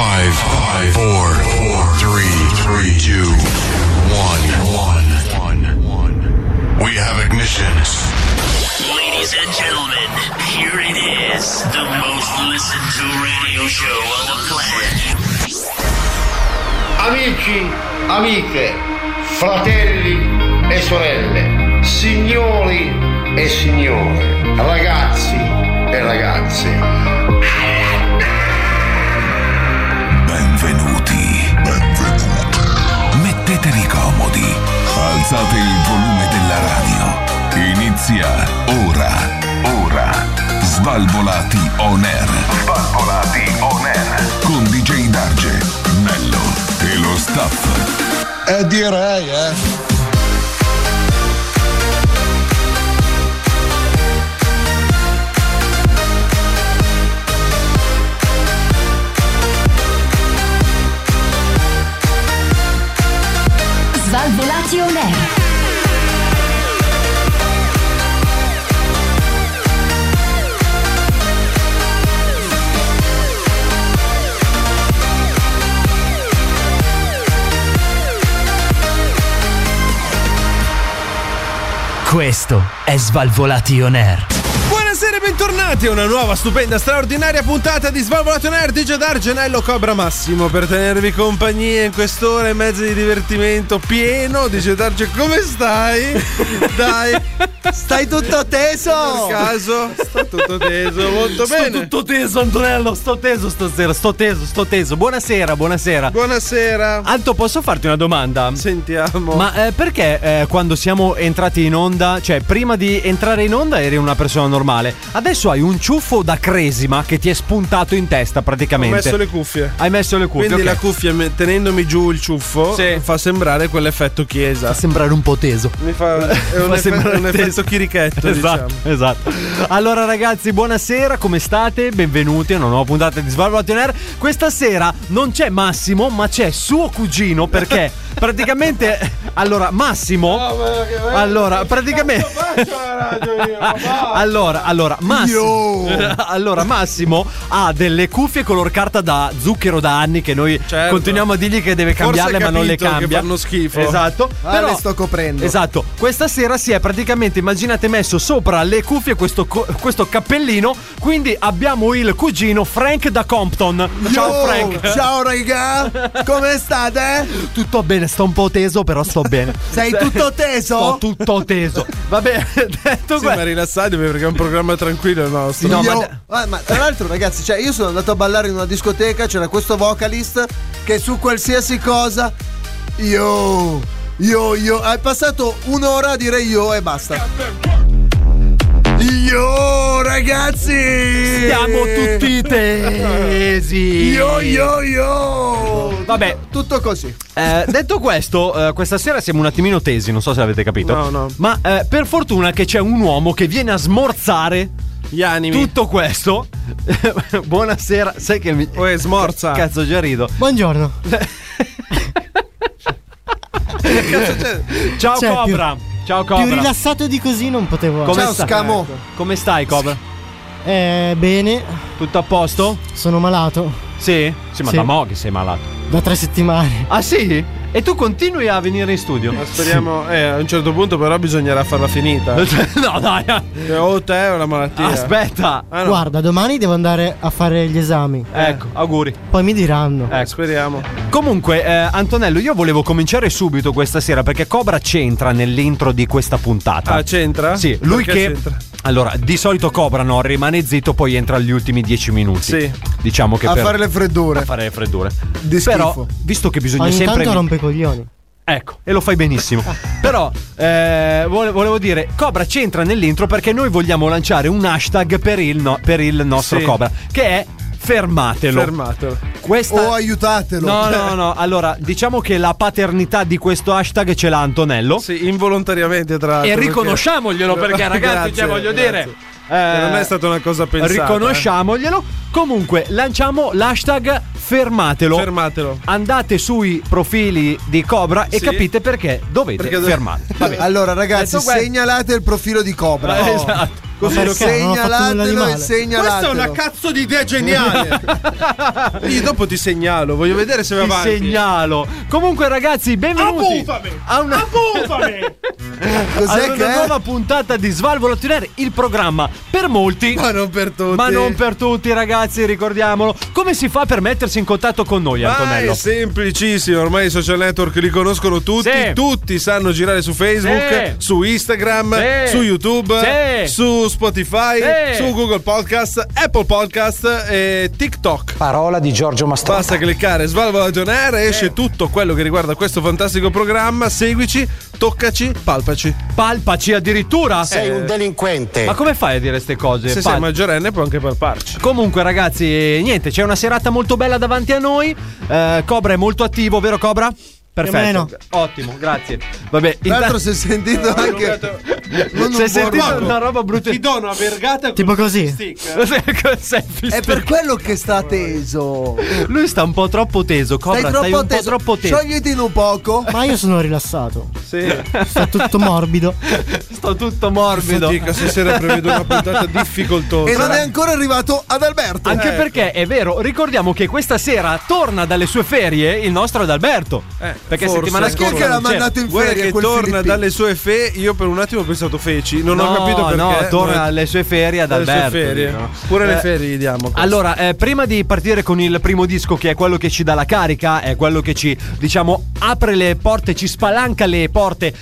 5, 4, 3, 2, 1. We have ignition. Ladies and gentlemen, here it is, the most listened to radio show on the planet. Amici, amiche, fratelli e sorelle, signori e signore, ragazzi e ragazze. Benvenuti. Mettetevi comodi. Alzate il volume della radio. Inizia ora. Svalvolati on air. Con DJ Darge, Nello e lo staff. Direi, Svalvolati on air. Questo è Svalvolati on air. Buonasera e bentornati a una nuova, stupenda, straordinaria puntata di Svalvolati on air. DJ Darge, Nello, Cobra Massimo per tenervi compagnia in quest'ora e mezza di divertimento pieno. DJ Darge, come stai? Dai, stai tutto teso? Per caso? Sto tutto teso, molto bene. Sto tutto teso, Antonello, sto teso stasera, sto teso. Buonasera. Buonasera. Anto, posso farti una domanda? Sentiamo. Ma perché quando siamo entrati in onda, cioè prima di entrare in onda eri una persona normale, adesso hai un ciuffo da cresima che ti è spuntato in testa praticamente? Ho messo le cuffie. Hai messo le cuffie, quindi okay. La cuffia, tenendomi giù il ciuffo, sì, fa sembrare quell'effetto chiesa. Fa sembrare un po' teso. È un effetto chirichetto, esatto. Allora ragazzi, buonasera, come state? Benvenuti a una nuova puntata di Svalvolati on air. Questa sera non c'è Massimo, ma c'è suo cugino, perché praticamente allora Massimo allora Massimo ha delle cuffie color carta da zucchero da anni che noi continuiamo a dirgli che deve cambiarle, ma non le cambia, che fanno schifo. Esatto. Però le sto coprendo. Esatto. Questa sera si è praticamente, immaginate, messo sopra le cuffie questo cappellino, quindi abbiamo il cugino Frank da Compton. Ciao Frank. Ciao raga, come state? Tutto bene, sto un po' teso, però sto bene. Sei tutto teso? Sto tutto teso. Vabbè, detto sì, ma rilassatevi perché è un programma tranquillo il nostro. No, ma tra l'altro ragazzi, cioè io sono andato a ballare in una discoteca, c'era questo vocalist che su qualsiasi cosa io hai passato un'ora a dire io e basta. Io ragazzi siamo tutti tesi. Io vabbè, tutto così. Detto questo, questa sera siamo un attimino tesi, non so se l'avete capito. No. Ma per fortuna che c'è un uomo che viene a smorzare gli animi. Tutto questo. Buonasera. Sai che mi smorza. Cazzo, già rido. Buongiorno. Ciao Cobra. Ciao Cobra. Più rilassato di così non potevo. Come Ciao Scamo. Come stai, Cobra? Bene. Tutto a posto? Sono malato. Sì? Sì, ma sì. Da mo' che sei malato. Da 3 settimane. Ah sì? E tu continui a venire in studio? Ma speriamo, a un certo punto però bisognerà farla finita. No, dai. O te o la malattia. Aspetta. No. Guarda, domani devo andare a fare gli esami. Ecco, auguri. Poi mi diranno. Speriamo. Comunque, Antonello, io volevo cominciare subito questa sera perché Cobra c'entra nell'intro di questa puntata. Ah, c'entra? Sì, lui perché che c'entra? Allora, di solito Cobra rimane zitto, poi entra agli ultimi 10 minuti. Sì. Diciamo che a fare le freddure. A fare le freddure. Di Però, schifo. visto che bisogna ogni sempre tanto rompe i coglioni. Ecco, e lo fai benissimo. Però volevo dire, Cobra c'entra nell'intro perché noi vogliamo lanciare un hashtag per il nostro sì. Cobra, che è fermatelo. O aiutatelo. No. Allora, diciamo che la paternità di questo hashtag ce l'ha Antonello. Sì, involontariamente tra l'altro. E riconosciamoglielo perché ragazzi, grazie, voglio dire, non è stata una cosa pensata. Riconosciamoglielo. Comunque, lanciamo l'hashtag fermatelo. Andate sui profili di Cobra e capite perché dovete fermare. Allora, ragazzi, segnalate il profilo di Cobra. Esatto. Così Ma lo perché? Non ho fatto nulla di Segnalatelo e male. Questa è segnalatelo. una cazzo di idea geniale. Io dopo ti segnalo, voglio vedere se va Ti avanti. segnalo. Comunque, ragazzi, benvenuti a una Cos'è una che è? nuova puntata di Svalvolato in Air, il programma per molti. Ma non per tutti. Ma non per tutti, ragazzi, ricordiamolo. Come si fa per mettersi in contatto con noi, Ma Antonello? è semplicissimo, ormai i social network li conoscono tutti, Sì. tutti sanno girare su Facebook, Sì. su Instagram, Sì. su YouTube, Sì. su Spotify, Sì. su Google Podcast, Apple Podcast e TikTok. Parola di Giorgio Mastrota. Basta cliccare Svalvolato on Air, esce tutto quello che riguarda questo fantastico programma, seguici, toccaci, palpaci. Palpaci addirittura? Sei un delinquente. Ma come fai a dire queste cose? Se sei maggiorenne puoi anche palparci. Comunque, ragazzi, niente, c'è una serata molto bella davanti a noi. Cobra è molto attivo, vero Cobra? Perfetto. meno. Ottimo, grazie. Vabbè, Tra l'altro si è sentito anche non si è un sentito buon- una roba brutta. Ti do una vergata Tipo così. È per quello che sta teso. Lui sta un po' troppo teso, Cobra, stai un po' troppo teso. Sciogliti in un poco. Ma io sono rilassato. Sì. Sta tutto morbido. Sto tutto morbido. Fatica, stasera prevedo una puntata difficoltosa. E non è ancora arrivato ad Alberto. Anche perché è vero, ricordiamo che questa sera torna dalle sue ferie il nostro Adalberto. Perché forse. settimana Ma chi è scorsa che l'ha non c'era. mandato in Guarda ferie che quel torna Filippino? dalle sue io per un attimo ho pensato feci, non ho capito perché. No, torna ma- alle sue ferie ad dalle sue Alberto. ferie. dicono. Pure le ferie gli diamo. questo. Allora, prima di partire con il primo disco, che è quello che ci dà la carica, è quello che ci, diciamo, apre le porte, ci spalanca le porte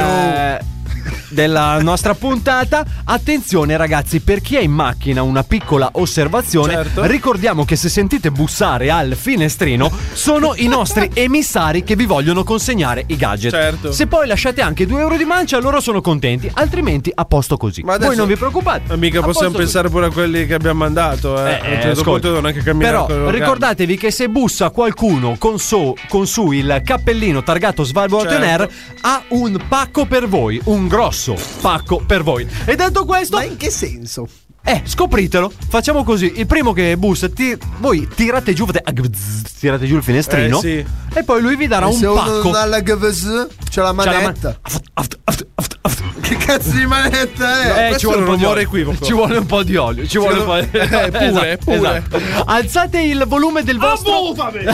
della nostra puntata. Attenzione, ragazzi, per chi è in macchina, una piccola osservazione. Certo. Ricordiamo che se sentite bussare al finestrino, sono i nostri emissari che vi vogliono consegnare i gadget. Certo. Se poi lasciate anche 2 euro di mancia, loro sono contenti, altrimenti a posto così. Ma adesso- Voi non vi preoccupate. Ma mica A possiamo posto pensare pure a quelli che abbiamo mandato. A un certo ascolta. punto devono anche camminare. con le Però loro ricordatevi che se bussa qualcuno con su il cappellino targato Svalvolato on Air, ha un pacco per voi, un grosso pacco per voi. E detto questo, Ma in che senso? scopritelo. Facciamo così: il primo che bussa, voi tirate giù il finestrino, sì. e poi lui vi darà E un se uno pacco. non ha la GVS, c'è la C'ha la manetta. Che cazzo di manetta è? questo Ci vuole è un un po' di rumore olio. equivoco. Ci vuole un po' di olio. Ci vuole un po' di... pure, pure. Esatto. Alzate il volume del vostro.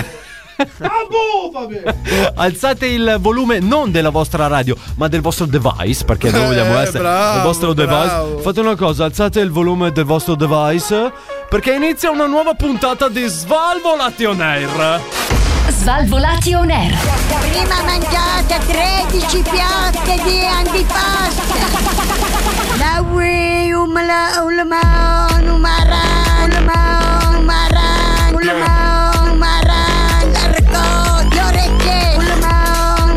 Alzate il volume non della vostra radio, ma del vostro device, perché noi vogliamo essere bravo, il vostro device. bravo. Fate una cosa, alzate il volume del vostro device, perché inizia una nuova puntata di Svalvolati on Air. Svalvolati on Air. Prima mangiate 13 piatte di antipasto. La ui umla ulma numara l'arco le orecchie ulma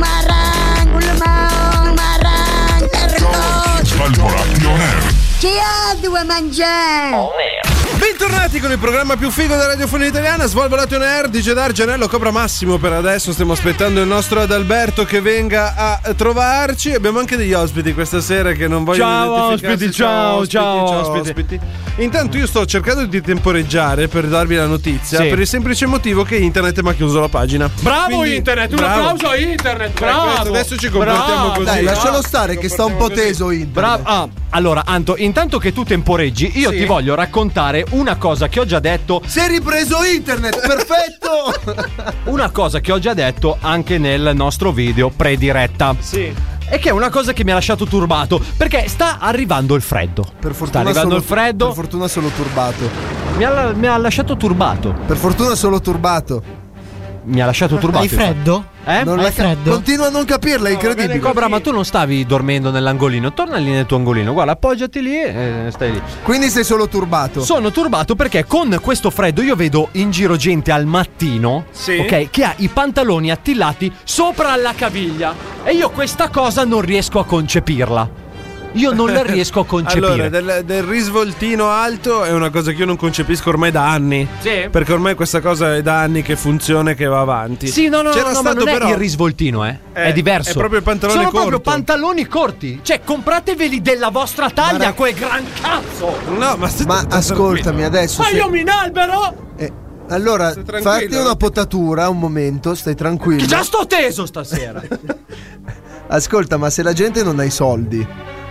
l'arco Svalvolati on Air. chi ha due mangiare. Bentornati con il programma più figo della radiofonia italiana, Svalvolato on Air, DJ Dargenello, Cobra Massimo. Per adesso stiamo aspettando il nostro Adalberto che venga a trovarci. Abbiamo anche degli ospiti questa sera che non vogliono Ciao, identificarsi. ospiti, ciao, ospiti. Intanto io sto cercando di temporeggiare per darvi la notizia, Sì. per il semplice motivo che internet mi ha chiuso la pagina. Bravo Quindi, internet, un bravo. applauso a internet. Per Bravo. questo adesso ci comportiamo Bravo. così. Dai, lascialo no? stare che sta un po' teso internet. Bravo. Ah, allora, Anto, intanto che tu temporeggi, io Sì. ti voglio raccontare una cosa che ho già detto. Si è ripreso internet, perfetto! Una cosa che ho già detto anche nel nostro video pre-diretta. Sì. E che è una cosa che mi ha lasciato turbato. Perché sta arrivando il freddo. Per Sta fortuna arrivando solo, il freddo. Per fortuna solo turbato. Mi ha lasciato turbato. Per fortuna solo turbato. Mi ha lasciato turbato. Hai freddo? Non Hai la freddo? Continua a non capirla, è incredibile. Cobra, ma tu non stavi dormendo nell'angolino. Torna lì nel tuo angolino. Guarda, appoggiati lì e stai lì. Quindi sei solo turbato. Sono turbato perché con questo freddo io vedo in giro gente al mattino, Sì. ok, che ha i pantaloni attillati sopra alla caviglia. E io questa cosa non riesco a concepirla. Io non la riesco a concepire. Allora, del risvoltino alto è una cosa che io non concepisco ormai da anni. Sì. Perché ormai questa cosa è da anni che funziona e che va avanti. Sì, no, C'era ma stato non è però il risvoltino, è diverso. è proprio il pantalone Sono proprio corto. pantaloni corti. Cioè, comprateveli della vostra taglia, quel gran cazzo. No, Ma ascoltami adesso. Ma se- io mi inalbero! Allora, Stai tranquillo? fatti una potatura un momento, stai tranquillo. Che già sto teso stasera. Ascolta, ma se la gente non ha i soldi,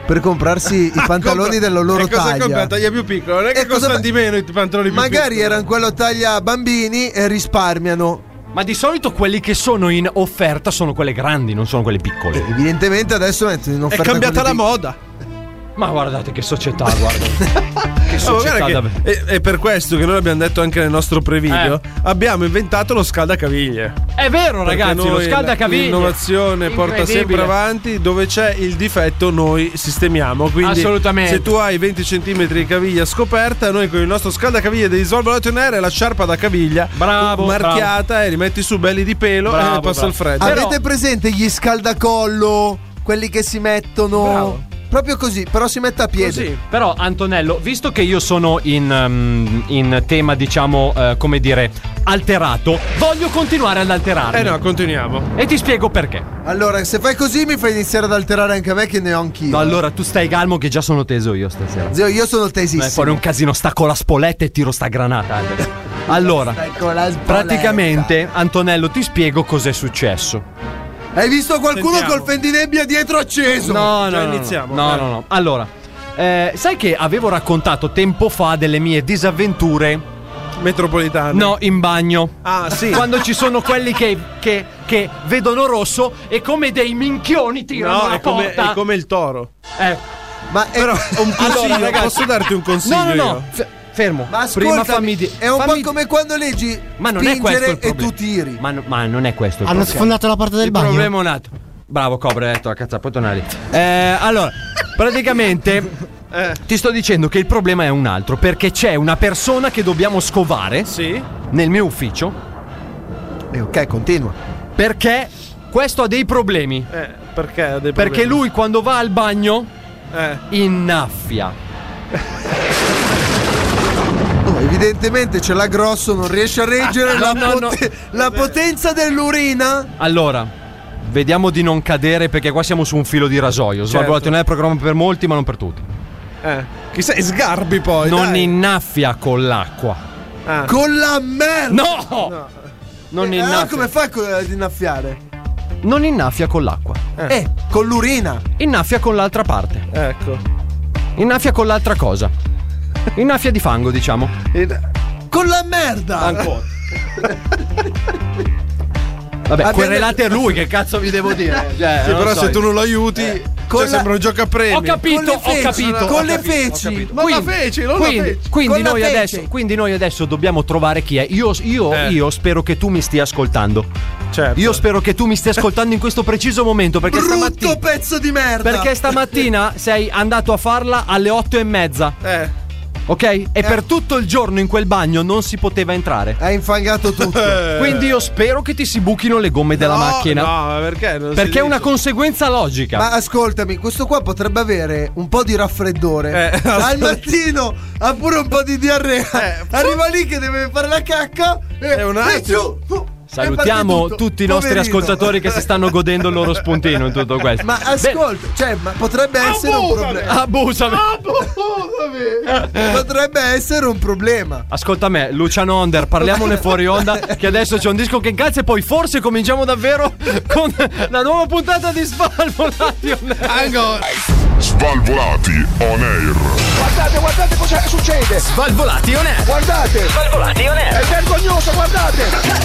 per comprarsi i pantaloni della loro e cosa taglia. compra? Taglia più piccola, non è che E cosa costano fa- di meno i pantaloni più Magari piccoli. erano quello taglia bambini e risparmiano. Ma di solito quelli che sono in offerta sono quelle grandi, non sono quelle piccole. Evidentemente adesso mettono in È offerta cambiata la quelli moda. Ma guardate che società, guarda. Che Oh, società guarda davvero. che è per questo che noi l'abbiamo detto anche nel nostro pre-video. Abbiamo inventato lo scaldacaviglie. È vero, Perché ragazzi, lo noi scaldacaviglie. l'innovazione porta sempre avanti. Dove c'è il difetto noi sistemiamo. Quindi Assolutamente. se tu hai 20 cm di caviglia scoperta, noi con il nostro scaldacaviglie di Svalvolato Air e la sciarpa da caviglia Bravo, marchiata e li metti su belli di pelo Bravo, e passa bravo. il freddo. Avete presente gli scaldacollo? Quelli che si mettono Bravo. proprio così, però si mette a piede. Così. Però Antonello, visto che io sono in tema, diciamo, come dire, alterato, voglio continuare ad alterarmi. No, continuiamo. E ti spiego perché. Allora, se fai così mi fai iniziare ad alterare anche me che ne ho anch'io. No, allora tu stai calmo che già sono teso io stasera. Zio, io sono tesissimo. Fuori un casino, stacco la spoletta e tiro sta granata. Allora, Ecco la spoletta. praticamente, Antonello, ti spiego cos'è successo. Hai visto qualcuno Sentiamo. col fendinebbia dietro acceso? No, Già no, iniziamo, No, vai. no, no. Allora, sai che avevo raccontato tempo fa delle mie disavventure? Metropolitana. No, in bagno. Ah, sì. Quando ci sono quelli che vedono rosso e come dei minchioni tirano No, la porta. è come il toro. Ma è, Però un consiglio, Allora, ragazzi- posso darti un consiglio? No, no, no. io? Fermo. ma Prima ascoltami, è un po' come quando leggi Ma non è questo il spingere e problema. tu tiri. Ma non è questo il Hanno problema. sfondato la porta del Il bagno. problema è un altro. Bravo Cobra, hai detto la cazzo, poi tornare lì. Allora, praticamente ti sto dicendo che il problema è un altro, perché c'è una persona che dobbiamo scovare Sì. nel mio ufficio, Ok, continua. perché questo ha dei problemi. Perché ha dei Perché problemi? lui quando va al bagno innaffia. Evidentemente ce l'ha grosso, non riesce a reggere la potenza dell'urina. Allora, vediamo di non cadere perché qua siamo su un filo di rasoio. Svalvolato non è il programma per molti, ma non per tutti. Chissà, sgarbi poi. Non dai. innaffia con l'acqua. Con la merda. No! Non innaffia. Come fa ad innaffiare? Non innaffia con l'acqua. Con l'urina. Innaffia con l'altra parte. Ecco. Innaffia con l'altra cosa. Innaffia di fango, diciamo. Con la merda. Ancora. Vabbè, querelate a lui, che cazzo vi devo dire? Cioè, Sì, non però so se io. tu non lo aiuti, sembra un gioco a premi. Ho capito, ho capito. Con le feci. Non la feci, non la feci. Quindi Con la noi fece. adesso, quindi noi adesso dobbiamo trovare chi è. Io spero che tu mi stia ascoltando. Certo. Io spero che tu mi stia ascoltando in questo preciso momento. Perché stamattina, Brutto pezzo di merda. perché stamattina sei andato a farla alle 8:30. Ok? E per tutto il giorno in quel bagno non si poteva entrare. Hai infangato tutto. Quindi io spero che ti si buchino le gomme della macchina. No, ma perché? Non si Perché è una dice. conseguenza logica. Ma ascoltami, questo qua potrebbe avere un po' di raffreddore. Al mattino ha pure un po' di diarrea. Arriva lì che deve fare la cacca È un attimo. Salutiamo tutti i nostri Poverino. ascoltatori che si stanno godendo il loro spuntino in tutto questo. Ma ascolta, cioè, ma potrebbe essere un problema. Abusami. Potrebbe essere un problema. Ascolta me, Luciano Onder, parliamone fuori onda. Che adesso c'è un disco che incazza e poi forse cominciamo davvero con la nuova puntata di Svalvolati on Air. Svalvolati on air. Guardate cosa succede. Svalvolati on Air. Guardate. Svalvolati on Air. È vergognoso, guardate.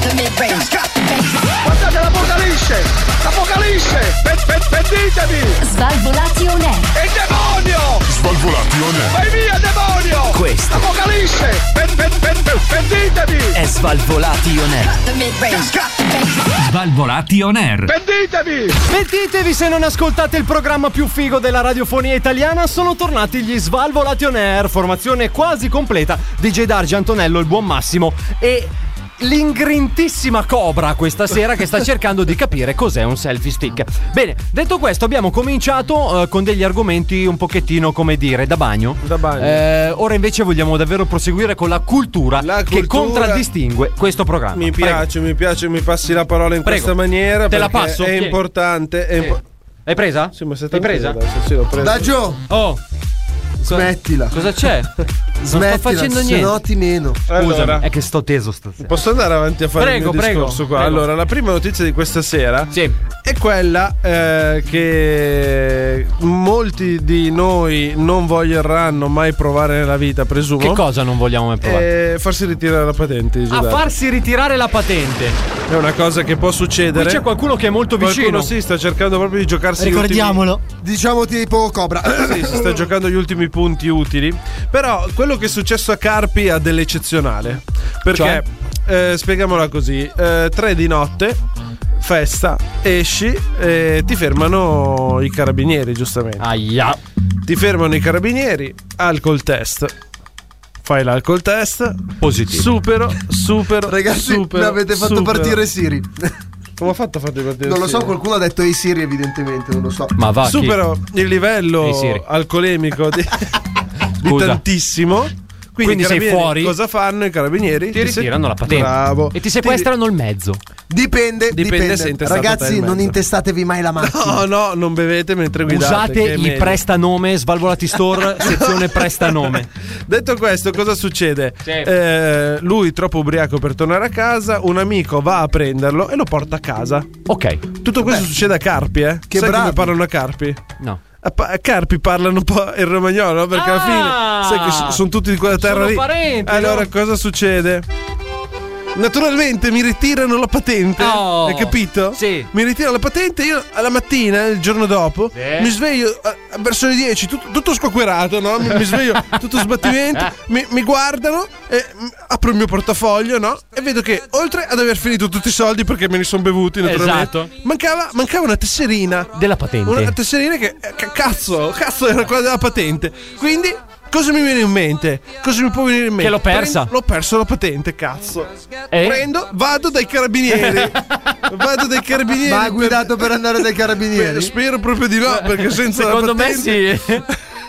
Guardate l'apocalisse. L'apocalisse. Pentitevi. Svalvolati on Air. È il demonio. Svalvolati on air. Vai via, demonio. Questo L'apocalisse. Pentitevi. è Svalvolati on Air. Svalvolati on Air. Pentitevi. Pentitevi se non ascoltate il programma più figo della radiofonia italiana. Sono tornati gli Svalvolati on Air, formazione quasi completa. DJ Dargi, Antonello, il buon Massimo e l'ingrintissima Cobra questa sera che sta cercando di capire cos'è un selfie stick. Bene, detto questo abbiamo cominciato con degli argomenti un pochettino, come dire, da bagno. Da bagno. Ora invece vogliamo davvero proseguire con la cultura, che contraddistingue questo programma. Mi Prego. piace, mi passi la parola in Prego. questa maniera. Te la perché passo? È Tieni. importante. Hai presa? Sì, ma sei Hai presa? Sì, l'ho presa. Da Gio. Oh, Smettila. cosa c'è? Smettila, facendo se niente. no ti meno. Allora, È che sto teso stasera. posso andare avanti a fare il mio Prego, discorso qua? prego. Allora, la prima notizia di questa sera è quella che molti di noi non voglieranno mai provare nella vita, presumo. Che cosa non vogliamo mai provare? Farsi ritirare la patente. A Giuseppe. farsi ritirare la patente. È una cosa che può succedere. Qui c'è qualcuno che è molto vicino. Qualcuno sì, sta cercando proprio di giocarsi Ricordiamolo. Diciamo tipo Cobra. Sì, si sta giocando gli ultimi punti utili. Però quello che è successo a Carpi ha dell'eccezionale. Perché, spieghamola così: 3 di notte, festa, esci e ti fermano i carabinieri, giustamente. Aia. Ti fermano i carabinieri, alcol test. Fai l'alcol test. Positivo. Supero. Ragazzi, supero, mi avete fatto supero. partire Siri. Come ho fatto a farti partire? Non lo so, Siri? qualcuno ha detto Ehi Siri, evidentemente, non lo so. Ma va. Supero il livello Ehi, Siri. alcolemico di Scusa. tantissimo. Quindi i sei carabinieri fuori? Cosa fanno i carabinieri? Ti ritirano la patente. Bravo. E ti sequestrano il mezzo. Dipende se è intestato te Ragazzi, il non mezzo. intestatevi mai la macchina. No, non bevete mentre guidate. Usate che è i meglio. prestanome Svalvolati Store, sezione prestanome. Detto questo, cosa succede? Lui troppo ubriaco per tornare a casa, un amico va a prenderlo e lo porta a casa. Ok. Tutto questo succede a Carpi, eh? Che Sai bravi. come parlano a Carpi? No. A Carpi parlano un po' il romagnolo, perché alla fine sai che sono tutti di quella terra Sono lì. parenti, Allora no? cosa succede? Naturalmente mi ritirano la patente. Oh, Hai capito? sì. Mi ritirano la patente. Io alla mattina, il giorno dopo, mi sveglio verso le 10, tutto squacquerato, no? Mi sveglio tutto sbattimento. Mi guardano, apro il mio portafoglio, no? E vedo che oltre ad aver finito tutti i soldi perché me li sono bevuti, naturalmente, Esatto. mancava una tesserina. Della patente. Una tesserina che cazzo era quella della patente. Quindi cosa mi viene in mente? Cosa mi può venire in mente? Che l'ho persa. L'ho perso la patente, cazzo. E? Vado dai carabinieri. Ma ha guidato per andare dai carabinieri? Spero proprio di no, perché senza Secondo la me patente. sì.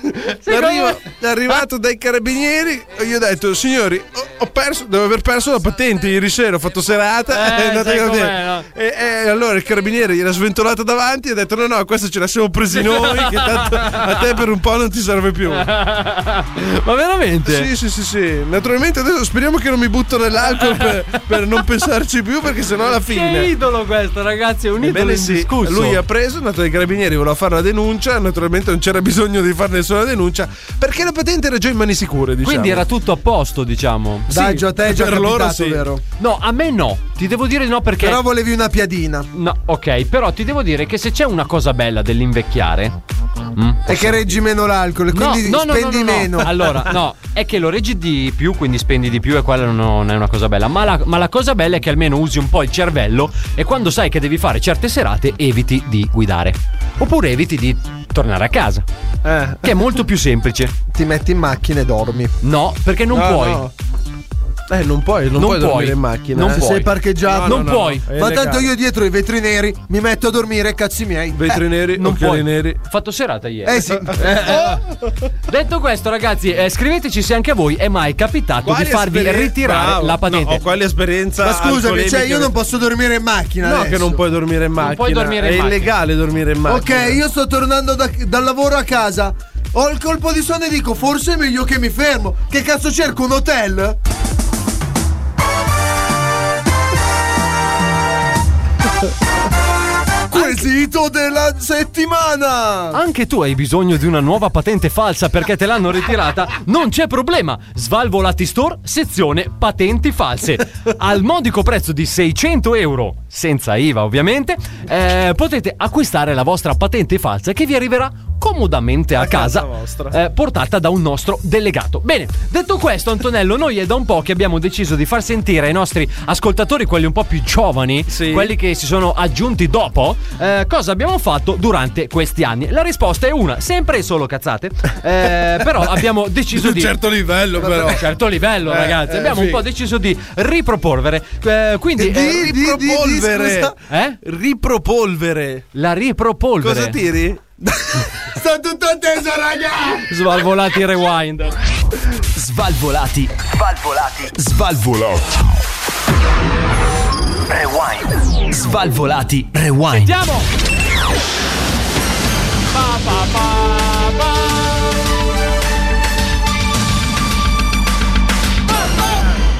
È arrivato dai carabinieri. Gli ho detto: signori, ho perso, devo aver perso la patente ieri sera. Ho fatto serata. È andata sai in com'è, hotel. no? E allora il carabiniere gliel'ha sventolata davanti. E ha detto: no, questa ce la siamo presi noi. Che tanto a te per un po' non ti serve più. Ma veramente? Sì. Naturalmente adesso speriamo che non mi butto nell'alcol per non pensarci più, perché sennò alla Che fine. idolo questo, ragazzi, è un idolo Ebbene sì, indiscusso. lui ha preso, è andato dai carabinieri, voleva fare la denuncia. Naturalmente non c'era bisogno di fare nessuna denuncia, perché la patente era già in mani sicure, diciamo. Quindi era tutto a posto, diciamo. Dai, Gio, a te è già per loro capitato, sì. vero? No, a me no. Ti devo dire no perché. Però volevi una piadina. No, ok, però ti devo dire che se c'è una cosa bella dell'invecchiare. È che reggi meno l'alcol e quindi spendi meno. Allora, no, è che lo reggi di più, quindi spendi di più e quella non è una cosa bella. Ma la cosa bella è che almeno usi un po' il cervello e quando sai che devi fare certe serate eviti di guidare. Oppure eviti di tornare a casa. Che è molto più semplice. Ti metti in macchina e dormi. No, perché non puoi. No. Non puoi dormire in macchina. Non Se puoi. sei parcheggiato, Non puoi. Ma tanto io dietro i vetri neri mi metto a dormire, cazzi miei. Vetri neri, Non occhiali puoi. neri. Ho fatto serata ieri. Sì. Detto questo, ragazzi, scriveteci se anche a voi è mai capitato di farvi ritirare la patente. No, quali esperienza. Ma scusami, alcolemica? io non posso dormire in macchina. No, adesso. che non puoi dormire in macchina. puoi dormire in è macchina. illegale dormire in macchina. Ok, io sto tornando dal lavoro a casa. Ho il colpo di sonno e dico: forse è meglio che mi fermo. Che cazzo cerco, un hotel? Quesito della settimana. Anche tu hai bisogno di una nuova patente falsa perché te l'hanno ritirata? Non c'è problema. Svalvolati Store, sezione patenti false. Al modico prezzo di 600 euro, senza IVA ovviamente, potete acquistare la vostra patente falsa che vi arriverà comodamente a casa portata da un nostro delegato. Bene, detto questo, Antonello, noi è da un po' che abbiamo deciso di far sentire ai nostri ascoltatori, quelli un po' più giovani, quelli che si sono aggiunti dopo, cosa abbiamo fatto durante questi anni. La risposta è una, sempre e solo cazzate, però abbiamo deciso di un certo livello, però. Un certo livello, ragazzi, abbiamo sì. un po' deciso di ripropolvere, quindi Ripropolvere. Ripropolvere. La ripropolvere. Cosa tiri? Sta tutto atteso, raga. Svalvolati rewind. Svalvolati. Rewind. Svalvolati rewind. Sentiamo.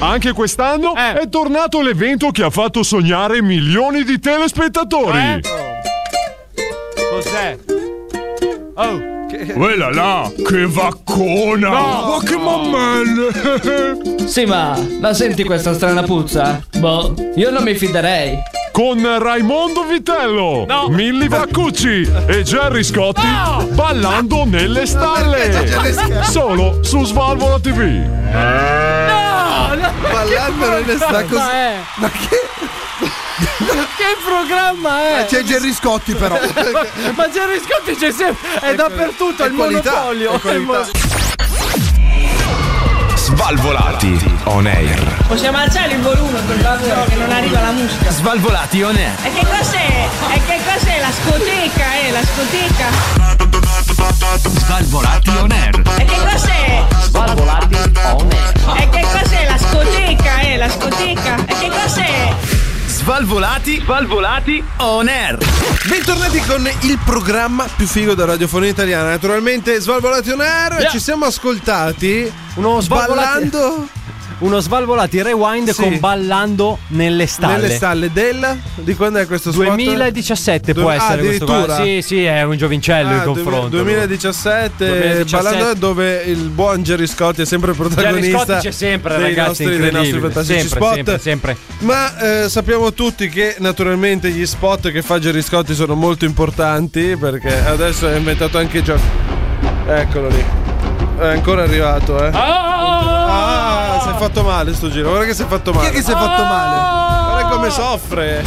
Anche quest'anno è tornato l'evento che ha fatto sognare milioni di telespettatori. Cos'è? Oh. Quella là, che vaccona! No, ma che mammelle! Sì, ma senti questa strana puzza? Boh, io non mi fiderei. Con Raimondo Vitello, Milli Vaccucci e Gerry Scotti ballando nelle stalle. Solo su Svalvola TV. Ballando nelle stalle. Ma che? Che programma è? C'è Gerry Scotti però. Ma Gerry Scotti c'è sempre, è dappertutto, è il monopolio. Svalvolati on air. Possiamo alzare il volume per favore che non arriva la musica. Svalvolati on air. E che cos'è? La scoteca, la scoteca. Svalvolati on air. E che cos'è? Svalvolati on air. E che cos'è la scoteca, la scoteca? E che cos'è? Svalvolati on air. Bentornati con il programma più figo della radiofonia italiana. Naturalmente Svalvolati on air. Ci siamo ascoltati uno Svalvolati Rewind con ballando nelle stalle. Nelle stalle di quando è questo spot? 2017 può essere questo qua. Sì, è un giovincello in confronto. 2017 ballando, dove il buon Gerry Scotti è sempre protagonista. Gerry Scotti c'è sempre, ragazzi, dei nostri fantastici spot. Sempre. Ma sappiamo tutti che naturalmente gli spot che fa Gerry Scotti sono molto importanti, perché adesso è inventato anche il gioco. Eccolo lì. È ancora arrivato, si è fatto male sto giro. Guarda che si è fatto male. Chi è che si è fatto male? Guarda come soffre.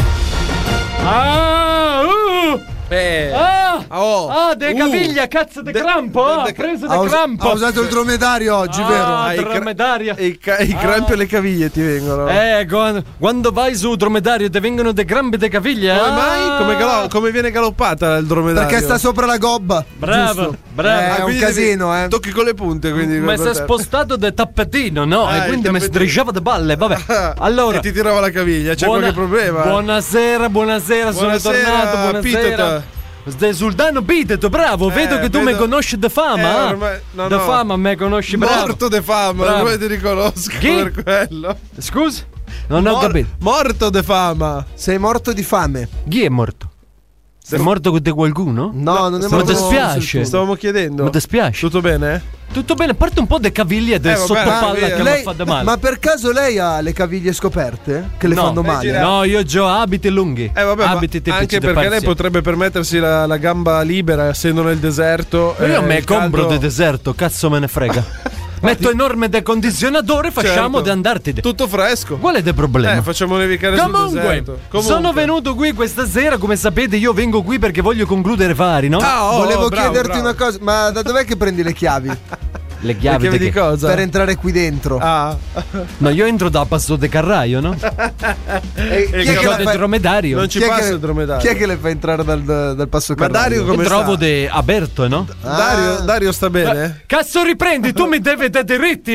De caviglia, cazzo de crampo. Ha preso de crampo. Ha usato il dromedario oggi, vero? Dromedario. I crampi alle caviglie ti vengono. Quando vai su dromedario ti vengono dei crampi de caviglie. Come mai? Come viene galoppata il dromedario? Perché sta sopra la gobba. Bravo. È un casino, Tocchi con le punte, quindi. Ma si è spostato del tappetino, no? E quindi mi strisciava de balle, vabbè. Allora. E ti tirava la caviglia, c'è qualche problema? Buonasera, sono tornato, buonasera. Sultano Piteto, bravo, vedo che tu mi conosci de fama. De fama me conosci, bravo. Morto de fama, come ti riconosco per quello. Scusa? Non ho capito. Morto de fama. Sei morto di fame. Chi è morto? Sei morto con te qualcuno? No, non è morto. Ma ti spiace? Stavamo chiedendo. Ma ti spiace? Tutto bene? Tutto bene, parte un po' de caviglie del sottopalla che mi fa da male. Ma per caso lei ha le caviglie scoperte? Che le fanno male? No, io ho abiti lunghi. Abiti tipici. Anche perché lei potrebbe permettersi la gamba libera, essendo nel deserto. Io me compro del deserto, cazzo me ne frega. Metto enorme decondizionatore, facciamo di andarti. Tutto fresco. Qual è il problema? Facciamo nevicare sul deserto. Comunque, sono venuto qui questa sera, come sapete io vengo qui perché voglio concludere affari, no? Volevo chiederti una cosa, ma da dov'è che prendi le chiavi? Le chiavi di cosa? Per entrare qui dentro. No, io entro da Passo de Carraio, no? Chi è che del dromedario. Non ci passa il dromedario. Chi è che le fa entrare dal Passo Carraio? Ma Dario come trovo aperto, no? Dario sta bene? Cazzo riprendi, tu mi devi dare diritti,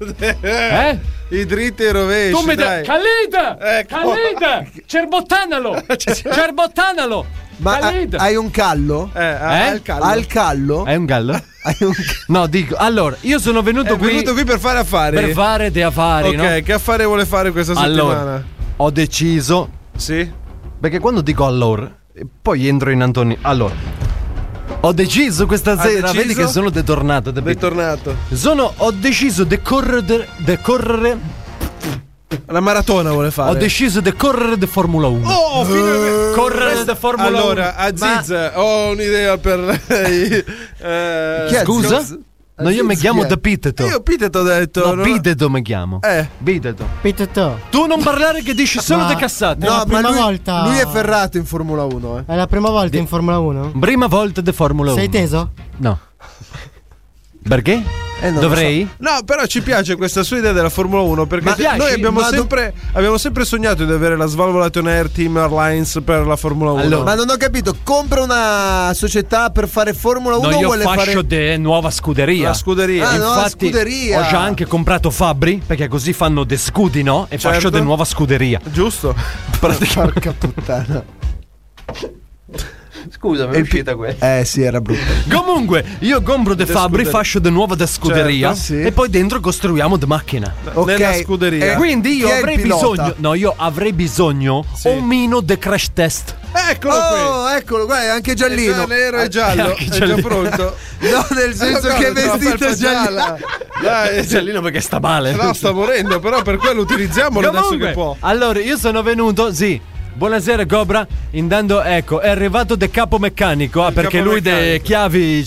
I dritti e rovesci. Tu mi devi. Calida! Cerbottanalo! Ma hai un callo? Al callo. Al callo? Hai un gallo? No, dico, allora, io sono venuto qui per fare affari. Per fare dei affari, ok, no? Che affare vuole fare questa settimana? Allora, ho deciso. Sì? Perché quando dico allora, poi entro in Antonio. Allora, ho deciso questa sera, vedi che sono detornato. Ho deciso di correre. La maratona vuole fare. Ho deciso di correre di Formula 1. Correre di Formula 1. Allora, Aziz, ho un'idea per lei. Scusa? No, io mi chiamo Da Piteto. Io Piteto ho detto. No, Piteto mi chiamo. Piteto. Tu non parlare che dici solo de cazzate. No, ma lui è ferrato in Formula 1. È la prima volta in Formula 1? Prima volta di Formula 1. Sei teso? No. Perché? Dovrei? No, però ci piace questa sua idea della Formula 1, perché noi abbiamo sempre sognato di avere la Svalvolation Air Team Airlines per la Formula 1. Allora, ma non ho capito, compra una società per fare Formula 1 o vuole fare? Io faccio nuova scuderia. La scuderia. Infatti scuderia. ho già anche comprato Fabri, perché così fanno de scudi, no? E faccio de nuova scuderia. Giusto. Porca puttana. Scusa, mi è uscita questa. Sì, era brutto. Comunque, io compro de Fabri, faccio de nuova da scuderia, Certo, sì. e poi dentro costruiamo de macchina. Nella scuderia. Quindi io chi è il avrei pilota? bisogno. No, io avrei bisogno un mino de crash test. Eccolo qui. Eccolo, guarda, è anche giallino. È già nero e giallo. Anche È già giallino. pronto. No, nel senso che è vestito giallo. Dai, È giallino perché sta male. No, sta morendo, però per quello utilizziamolo adesso Comunque, che può. allora, io sono venuto, sì. Buonasera Cobra, intanto ecco, è arrivato de capo meccanico, perché capo lui de meccanico. chiavi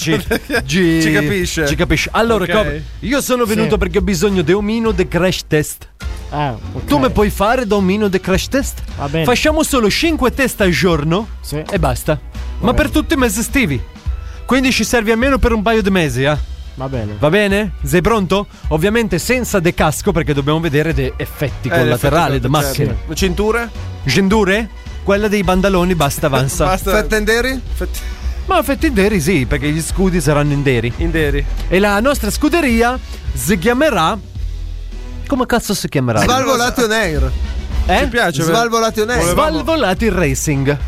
Ci capisce. Ci capisce. Allora Ok. Cobra, io sono venuto perché ho bisogno di un mino de crash test. Ok. Tu mi puoi fare da un mino de crash test? Va bene. Facciamo solo 5 test al giorno Sì. e basta. Ma per tutti i mesi estivi. Quindi ci serve almeno per un paio di mesi, Va bene. Va bene? Sei pronto? Ovviamente senza de casco perché dobbiamo vedere dei effetti collaterali da macchina. Certo. Cinture? Gendure? Quella dei bandaloni basta avanza. Basta. Fettenderi? Ma effetti inderi sì, perché gli scudi saranno inderi. Inderi. E la nostra scuderia si chiamerà. Come cazzo si chiamerà? Svalvolati on air. Ci piace. Svalvolati on air. Svalvolati Racing.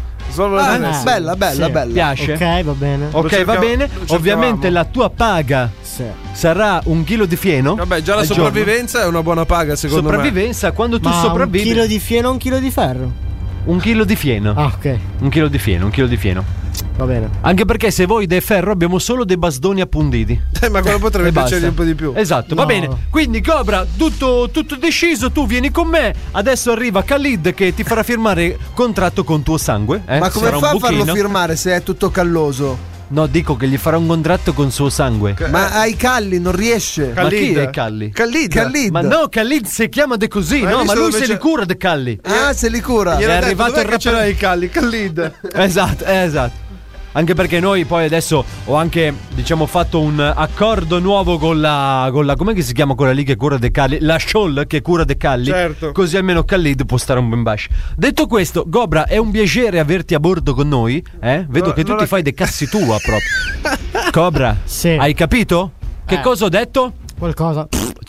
Bella, bella. Piace? Ok, va bene. Ok, va bene. Ovviamente la tua paga Sì. sarà 1 chilo di fieno. Vabbè, già la al giorno. sopravvivenza è una buona paga, secondo me. Sopravvivenza, quando tu Ma sopravvivi. 1 chilo di fieno o 1 chilo di ferro? 1 chilo di fieno. Ah, ok. 1 chilo di fieno, 1 chilo di fieno. Va bene. Anche perché se voi dei ferro abbiamo solo dei bastoni appuntiti. Ma quello potrebbe E basta. piacergli un po' di più. Esatto, No. va bene. Quindi Cobra, tutto deciso, tu vieni con me. Adesso arriva Khalid che ti farà firmare contratto con tuo sangue. Ma come Sarà un fa a farlo buchino. firmare se è tutto calloso? No, dico che gli farà un contratto con suo sangue. Ma ai calli non riesce. Ma chi è Calli? Khalid. Ma no, Khalid si chiama de così, Ma hai no, ma visto lui dove se c'è- li cura de Calli. Ah, se li cura. Gli È era detto, arrivato dov'è il che ce l'hai i calli? Khalid. Esatto. Anche perché noi poi adesso ho anche, diciamo, fatto un accordo nuovo con la com'è che si chiama quella lì che cura De Calli? La Scholl che cura De Calli. Certo. Così almeno Khalid può stare un ben bash. Detto questo, Gobra, è un piacere averti a bordo con noi. Vedo che tu ti fai dei cazzi tua proprio. Cobra, Sì. hai capito? Che cosa ho detto? Qualcosa.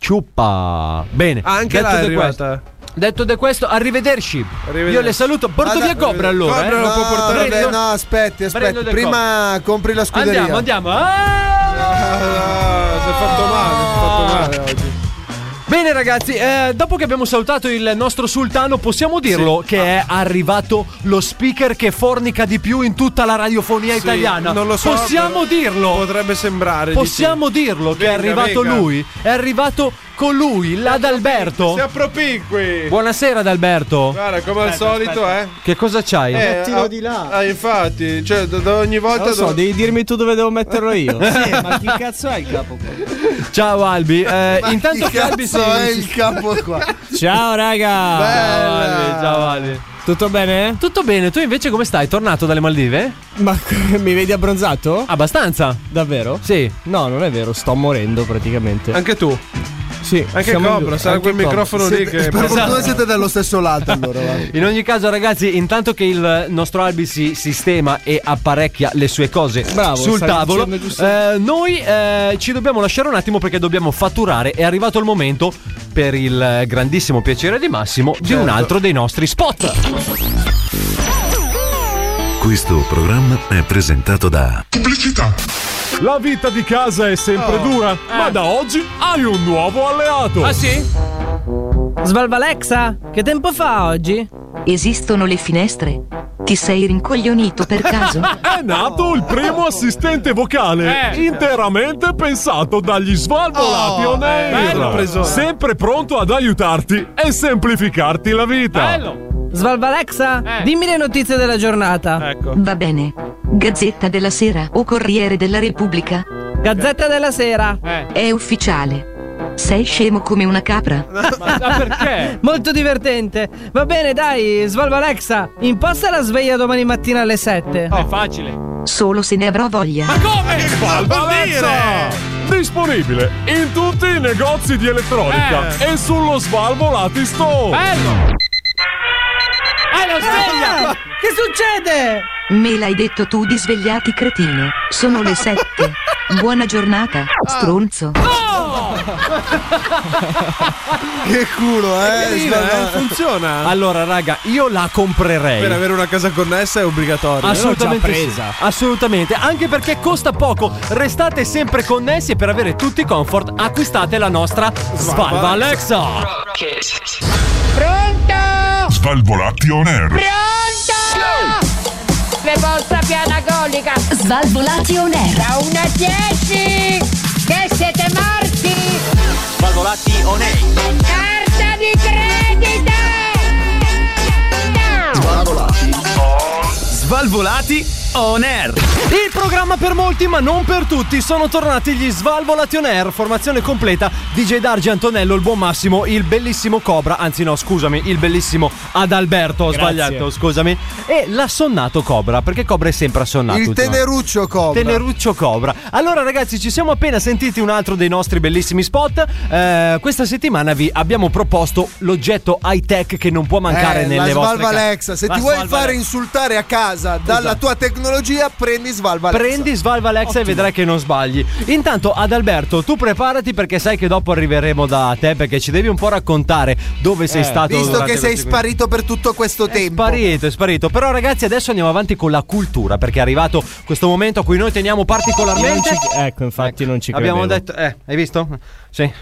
Ciuppa. Bene. Anche là è detto questo, arrivata. detto di questo, arrivederci. Arrivederci. Io le saluto. Porto via Cobra allora. Cobra lo può portare vabbè, Prendo- no, aspetti. prendo del Prima compri la scuderia. Andiamo. Si è fatto male oggi. Bene ragazzi, dopo che abbiamo salutato il nostro sultano, possiamo dirlo che è arrivato lo speaker che fornica di più in tutta la radiofonia italiana. Non lo so. Possiamo però dirlo. Potrebbe sembrare. Possiamo dirlo che è Venga, arrivato venga. lui. È arrivato colui, l'Adalberto. Si appropinqui. Buonasera Adalberto. Guarda, come al solito, Che cosa c'hai? Mettilo di là. Infatti, cioè, da ogni volta. Non lo so, devi dirmi tu dove devo metterlo io. Sì, ma chi cazzo è il capo qua? Ciao Albi. Intanto Chi che Albi cazzo è il capo qua? Ciao raga. Ciao Albi. Tutto bene? Tutto bene, tu invece come stai? Tornato dalle Maldive? Ma mi vedi abbronzato? Abbastanza. Davvero? Sì. No, non è vero, sto morendo praticamente. Anche tu. Sì, Anche siamo in Cobra, due. sarà Anche quel Cobra. microfono lì che. Per fortuna siete dallo stesso lato allora. va. In ogni caso, ragazzi, intanto che il nostro Albi si sistema e apparecchia le sue cose Bravo, sul stai tavolo, dicendo giusto. noi ci dobbiamo lasciare un attimo perché dobbiamo fatturare. È arrivato il momento, per il grandissimo piacere di Massimo, di un altro dei nostri spot. Questo programma è presentato da Pubblicità. La vita di casa è sempre dura, ma da oggi hai un nuovo alleato. Ah sì? Svalvalexa, che tempo fa oggi? Esistono le finestre? Ti sei rincoglionito per caso? È nato il primo assistente vocale interamente pensato dagli Svalvolati on Air. bello. Sempre pronto ad aiutarti e semplificarti la vita. Bello. Svalvalexa, dimmi le notizie della giornata. Ecco. Va bene. Gazzetta della Sera o Corriere della Repubblica? Gazzetta della Sera. È ufficiale. Sei scemo come una capra? Ma perché? Molto divertente. Va bene, dai, Svalvalexa, imposta la sveglia domani mattina alle 7. È facile. Solo se ne avrò voglia. Ma come? Svalvolazza! Disponibile in tutti i negozi di elettronica e sullo Svalvolati Store. Bello. La sveglia! Che succede? Me l'hai detto tu di svegliati cretino. Sono le 7. Buona giornata, stronzo. Che culo, funziona. Allora, raga, io la comprerei. Per avere una casa connessa è obbligatorio. Assolutamente L'ho già sì. presa. Assolutamente, anche perché costa poco. Restate sempre connessi e per avere tutti i comfort acquistate la nostra Svalva Alexa. Pronto? Svalvolati on air. Pronto? Le vostra piana colica. Svalvolati on air. Da 1 a 10. Che siete morti? Svalvolati on air. Carta di credito. Svalvolati on air. Il programma per molti ma non per tutti. Sono tornati gli Svalvolati on air. Formazione completa: DJ Dargi, Antonello, il buon Massimo, il bellissimo Cobra. Anzi no, scusami, il bellissimo Adalberto. Ho Grazie. sbagliato, scusami. E l'assonnato Cobra, perché Cobra è sempre assonnato. Il teneruccio Cobra. Teneruccio Cobra. Allora ragazzi, ci siamo appena sentiti un altro dei nostri bellissimi spot. Questa settimana vi abbiamo proposto l'oggetto high tech che non può mancare nelle la vostre Svalva Alexa. Se La ti vuoi Svalva fare Alexa. insultare a casa dalla Esatto. tua tecnologia, prendi Svalva Alexa. Prendi Svalva Alexa e vedrai che non sbagli. Intanto Adalberto, tu preparati perché sai che dopo arriveremo da te, perché ci devi un po' raccontare dove sei stato. Visto durante che sei questi- sparito per tutto questo tempo. È sparito. Però ragazzi, adesso andiamo avanti con la cultura, perché è arrivato questo momento a cui noi teniamo particolarmente. Ecco, infatti non ci credevo. Abbiamo detto, hai visto? Sì.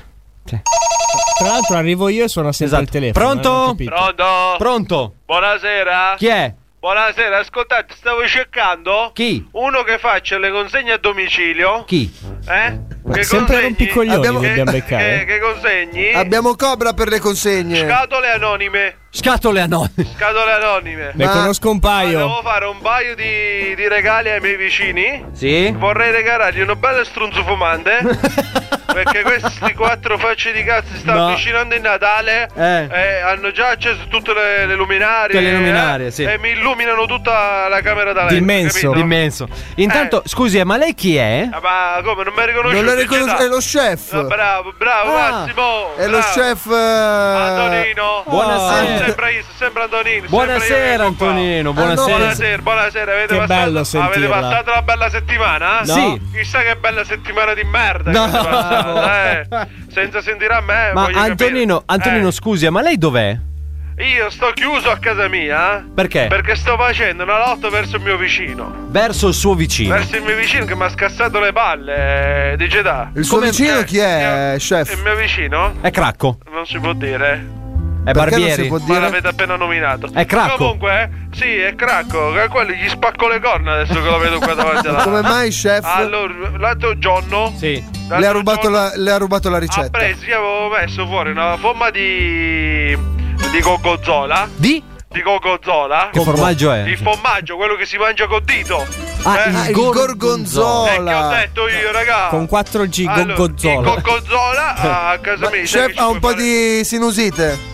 Tra l'altro arrivo io e suona sempre il telefono. Pronto? non ho capito. Pronto? Pronto? Buonasera. Chi è? Buonasera, ascoltate, stavo cercando Chi? uno che faccia le consegne a domicilio. Chi? Che Sempre rompicoglioni Abbiamo- dobbiamo beccare. che consegni Abbiamo Cobra per le consegne. scatole anonime. Scatole anonime. Scatole anonime. Ne conosco un paio. Devo fare un paio di regali ai miei vicini. Sì? Vorrei regalargli una bella strunzo fumante. Perché questi 4 facce di cazzo si stanno No. avvicinando il Natale e hanno già acceso tutte le luminarie. Tutte le luminarie, sì. E mi illuminano tutta la camera da letto. D'immenso. capito? D'immenso. Intanto, scusi, ma lei chi è? Ah, ma come non mi riconosci? Non la riconosco, è lo chef. Bravo, Massimo. È lo bravo. chef. Antonino. Buonasera. Sempre Antonino. Buonasera Antonino, buonasera. Buonasera. Avete Che passato, bello sentirla. Avete passato una bella settimana? No. Sì. Chissà che bella settimana di merda No. che avete passato, senza sentire a me. Ma voglio Antonino, capire. Antonino, scusi, ma lei dov'è? Io sto chiuso a casa mia. Perché? Perché sto facendo una lotta verso il mio vicino. Verso il suo vicino. Verso il mio vicino che mi ha scassato le palle. Dice da. Il suo vicino chi è, chef? Il mio vicino? È Cracco. Non si può dire. È Perché non Barbieri. si può Ma dire? l'avete appena nominato. È Cracco. Comunque, sì, è Cracco. Che a quello gli spacco le corna adesso che lo vedo qua davanti alla. Come mai, chef? Allora, l'altro giorno. Sì. Le ha rubato la Ha ricetta. preso, io avevo messo fuori una forma di gorgonzola. Di? Di gorgonzola. Che formaggio è? Il formaggio, quello che si mangia col dito. il gorgonzola. Che ho detto io, raga. Con 4G Allora, il gorgonzola. gorgonzola a casa mia. sai Chef che ci ha un puoi po' fare? di sinusite.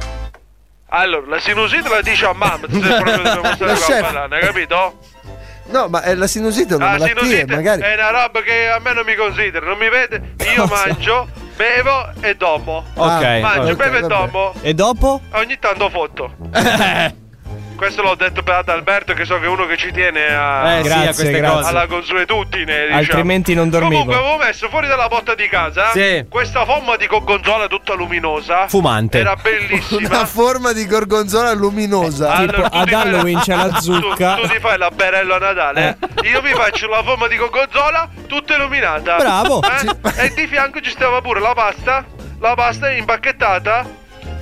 Allora, la sinusite la dice a mamma. Se proprio dobbiamo stare La qua a chef. parlare, hai capito? No, ma la sinusite è una La malattia, sinusite magari. è una roba che a me non mi considera, non mi vede. Io mangio, bevo e dopo. Ok. Mangio, ok, bevo e vabbè. dopo. E dopo? Ogni tanto fotto. Questo l'ho detto per Adalberto, che so che è uno che ci tiene a, Sì, Grazie, a queste grazie. cose. alla consuetudine, diciamo. Altrimenti non dormivo. Comunque avevo messo fuori dalla porta di casa Sì. questa forma di gorgonzola tutta luminosa. Fumante. Era bellissima. Una forma di gorgonzola luminosa. Allora, Tipo, ad Halloween c'è la zucca. Tu ti fai la berella a Natale. Io mi faccio la forma di gorgonzola tutta illuminata. Bravo. E di fianco ci stava pure la pasta. La pasta impacchettata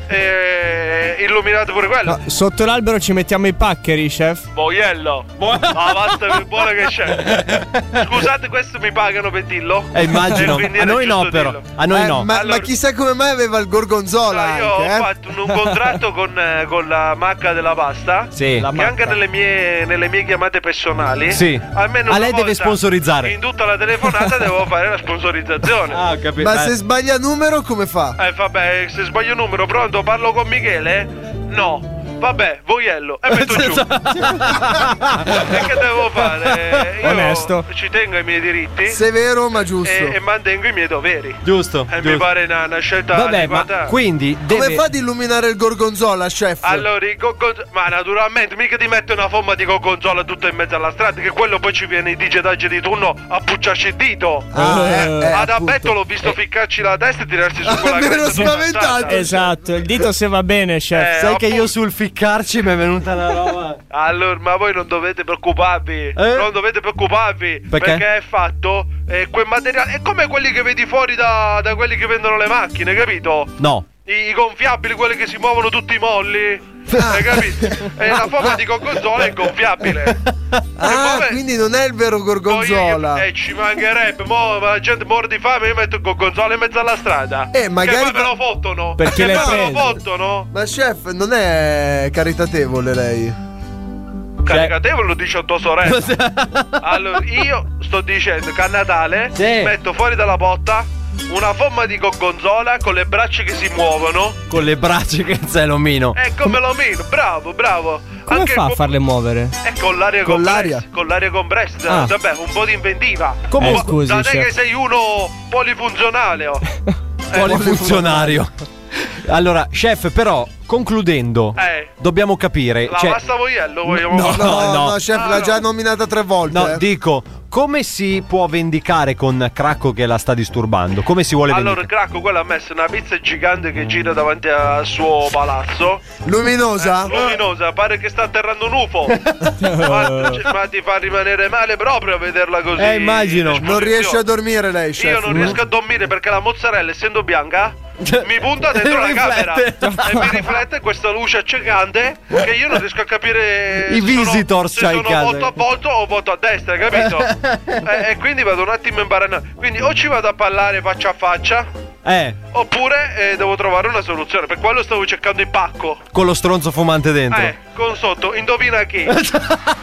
e illuminata pure quella. No, sotto l'albero ci mettiamo i paccheri, chef. Boiello. La pasta più buona che c'è. Scusate, questo mi pagano per dirlo? Immagino. Quindi A era noi no, giusto però. dirlo. A noi no. Ma Allora- chissà come mai aveva il gorgonzola Io anche, ho fatto un contratto con la marca della pasta. Sì. Che anche nelle mie chiamate personali. Sì. Almeno A una lei deve volta sponsorizzare. In tutta la telefonata devo fare la sponsorizzazione. Ah, ho capito. Ma se sbaglia numero come fa? Vabbè, se sbaglio numero, pronto, parlo con Michele? No. Vabbè, voiello, e metto giù. E che devo fare? Io Onesto. ci tengo ai miei diritti. Severo ma giusto. E mantengo i miei doveri. Giusto. E mi pare una scelta Vabbè, ma adeguata. quindi Come fa ad illuminare il gorgonzola, chef? Allora, ma naturalmente mica ti mette una forma di gorgonzola tutto in mezzo alla strada, che quello poi ci viene i digitaggi di turno a pucciarci il dito. Ad Abetto l'ho visto ficcarci la testa e tirarsi su quella mi ero cresta spaventato. Esatto, il dito se va bene, chef. Sai che io sul ficcarci mi è venuta una roba. Allora, ma voi non dovete preoccuparvi. Non dovete preoccuparvi. Perché? È fatto quel materiale. È come quelli che vedi fuori da quelli che vendono le macchine, capito? No. I gonfiabili, quelli che si muovono tutti molli. Hai capito? E la forma di gorgonzola è gonfiabile. Quindi non è il vero gorgonzola. Ci mancherebbe. La gente muore di fame. Io metto il gorgonzola in mezzo alla strada. Magari che poi me lo fottono. Perché me le lo fottono. Ma chef, non è caritatevole lei? Caritatevole lo dice a tua sorella. Allora, io sto dicendo che a Natale metto fuori dalla botta una forma di gorgonzola con le braccia che si muovono. Con le braccia che sei l'omino. Come l'omino, bravo. Come Anche fa a farle muovere? Con l'aria Con l'aria. Con l'aria compressa. Vabbè, un po' di inventiva. Scusi, da te chef. che sei uno polifunzionale. Polifunzionario. Allora, chef, però, concludendo, dobbiamo capire. La pasta voiello vogliamo No, chef, l'ha già nominata 3 volte. No, dico, come si può vendicare con Cracco che la sta disturbando? Come si vuole vendicare? Allora, Cracco, quello ha messo una pizza gigante che gira davanti al suo palazzo. Luminosa? Luminosa, pare che sta atterrando un UFO. ma ti fa rimanere male proprio a vederla così. Immagino. Non riesce a dormire lei, chef? Io non riesco a dormire perché la mozzarella, essendo bianca, mi punta dentro la camera e mi riflette questa luce accecante che io non riesco a capire I visitors se sono volto a volto o volto a destra, capito? E quindi vado un attimo in barana. Quindi o ci vado a parlare faccia a faccia, oppure devo trovare una soluzione. Per quello stavo cercando il pacco con lo stronzo fumante dentro. Con sotto, indovina chi? Dici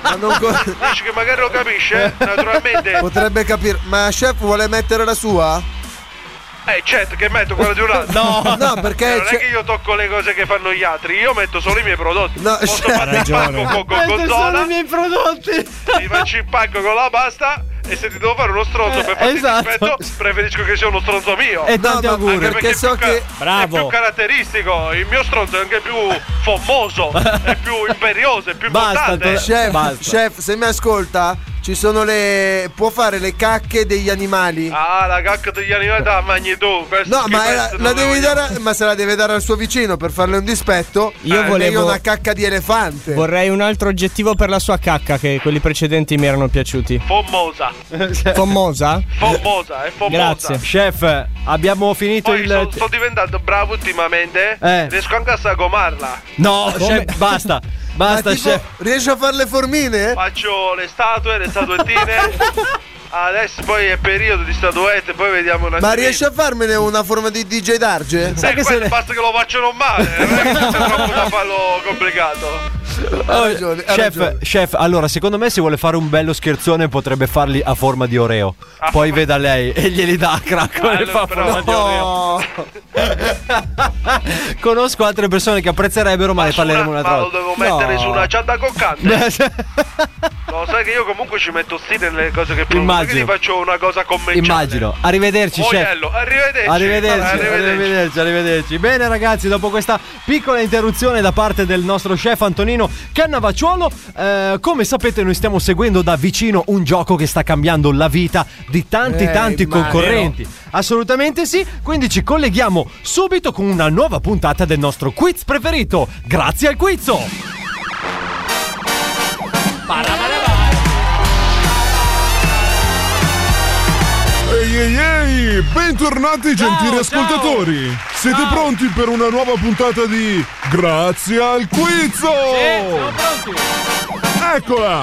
che magari lo capisce? Naturalmente potrebbe capire. Ma chef vuole mettere la sua? Certo che metto quella di un altro. No, perché non è che io tocco le cose che fanno gli altri. Io metto solo i miei prodotti. Posso fare il pacco con gorgonzola. Solo i miei prodotti. Ti faccio il pacco con la pasta. E se ti devo fare uno stronzo per farti dispetto, preferisco che sia uno stronzo mio. E tanti auguri. Anche perché so che è più caratteristico. Il mio stronzo è anche più famoso, è più imperioso, è più importante. Chef, se mi ascolta, ci sono può fare le cacche degli animali. La cacca degli animali da mangi tu. No, ma la devi dare, ma se la deve dare al suo vicino per farle un dispetto. Io volevo una cacca di elefante. Vorrei un altro aggettivo per la sua cacca, che quelli precedenti mi erano piaciuti. Famosa. Famosa? Famosa, è famosa. Grazie. Chef, abbiamo finito Poi sto diventando bravo ultimamente. Riesco anche a sagomarla. No, chef, basta. Basta, chef. Riesci a fare le formine? Faccio le statue, le statuettine. Adesso poi è periodo di statuette, poi vediamo una. Ma riesci a farmene una forma di DJ Darge? Sai che basta che lo facciano male, non è che c'è troppo da farlo complicato. Chef, allora secondo me se vuole fare un bello scherzone potrebbe farli a forma di Oreo. Poi veda lei e glieli dà a Cracco e fa forma di Oreo. Conosco altre persone che apprezzerebbero, ma ne parleremo un'altra volta. Ma lo devo mettere su una cialda coccante. No, sai che io comunque ci metto stile nelle cose che produco. Quindi faccio una cosa commerciale. Immagino. Arrivederci, Voiello, chef. Arrivederci. Bene ragazzi, dopo questa piccola interruzione da parte del nostro chef Antonino Cannavacciuolo, come sapete noi stiamo seguendo da vicino un gioco che sta cambiando la vita di tanti concorrenti. Assolutamente sì, quindi ci colleghiamo subito con una nuova puntata del nostro quiz preferito. Grazie al Quizzo. Ehi, bentornati gentili ascoltatori. Siete pronti per una nuova puntata di Grazie al Quizzo? Sì, siamo pronti. Eccola.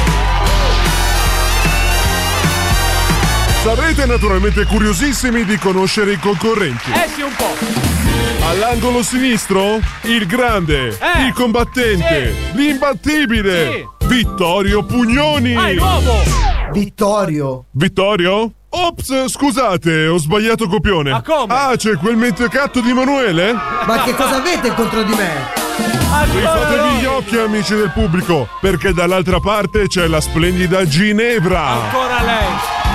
Sarete naturalmente curiosissimi di conoscere i concorrenti. Sì, un po'. All'angolo sinistro, il grande, il combattente, l'imbattibile, Vittorio Pugnoni. Nuovo. Vittorio? Ops, scusate, ho sbagliato copione. Ma come? C'è quel mentecatto di Emanuele? Ma che cosa avete contro di me? Rifatevi gli occhi, amici del pubblico, perché dall'altra parte c'è la splendida Ginevra. Ancora lei.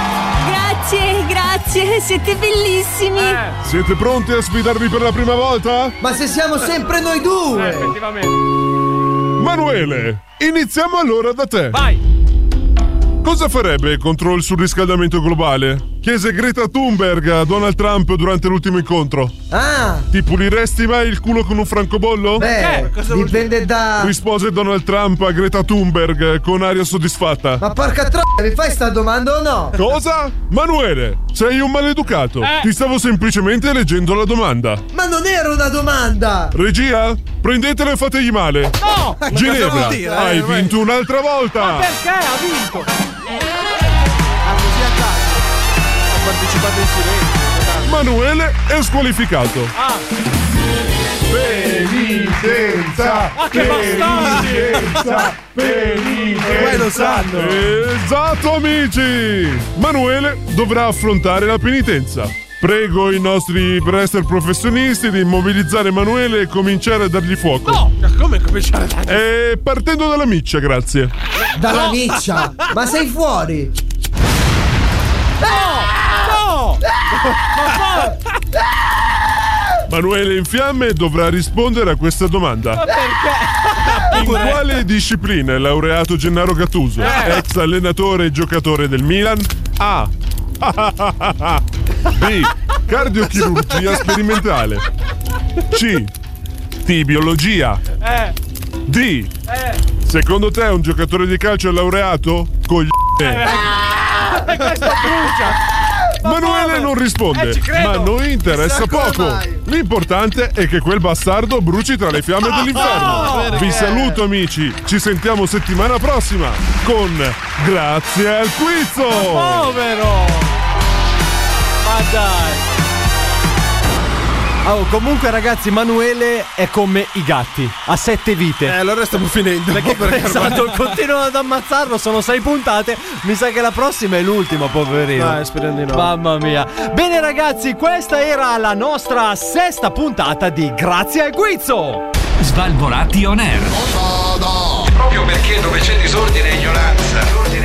Grazie, siete bellissimi. Siete pronti a sfidarvi per la prima volta? Ma se siamo sempre noi due! Effettivamente. Manuele, iniziamo allora da te. Vai. Cosa farebbe contro il surriscaldamento globale? Chiese Greta Thunberg a Donald Trump durante l'ultimo incontro. Ah! Ti puliresti mai il culo con un francobollo? Beh, dipende da... Rispose Donald Trump a Greta Thunberg con aria soddisfatta. Ma porca troia, mi fai sta domanda o no? Cosa? Manuele, sei un maleducato. Ti stavo semplicemente leggendo la domanda. Ma non era una domanda! Regia, prendetela e fategli male. No! Ginevra, hai vinto un'altra volta. Ma perché ha vinto? Così a caso. Ho partecipato in silenzio. Manuele è squalificato. Penitenza! Ma che bastardi! Poi lo sanno. Esatto, amici. Manuele dovrà affrontare la penitenza. Prego i nostri wrestler professionisti di immobilizzare Emanuele e cominciare a dargli fuoco. No! Come cominciare a dargli? Partendo dalla miccia, grazie. Dalla miccia? Ma sei fuori? No! Manuele in fiamme dovrà rispondere a questa domanda. Ma perché? In quale disciplina è laureato Gennaro Gattuso, ex allenatore e giocatore del Milan? A. B. Cardiochirurgia sperimentale. C. Tibiologia. D. Secondo te un giocatore di calcio è laureato? Questo brucia! Manuele non risponde, ma a noi interessa poco. L'importante è che quel bastardo bruci tra le fiamme dell'inferno. Vi saluto, amici. Ci sentiamo settimana prossima con Grazie al Quizzo. Povero! Ma dai! Oh, comunque ragazzi, Manuele è come i gatti, ha 7 vite. Allora stiamo finendo. Perché esatto, continuano ad ammazzarlo, sono 6 puntate. Mi sa che la prossima è l'ultima, poverino. Dai, speriamo di no. Mamma mia. Bene ragazzi, questa era la nostra 6ª puntata di Grazie al Quizzo. Svalvolati on air. Proprio perché dove c'è disordine e ignoranza.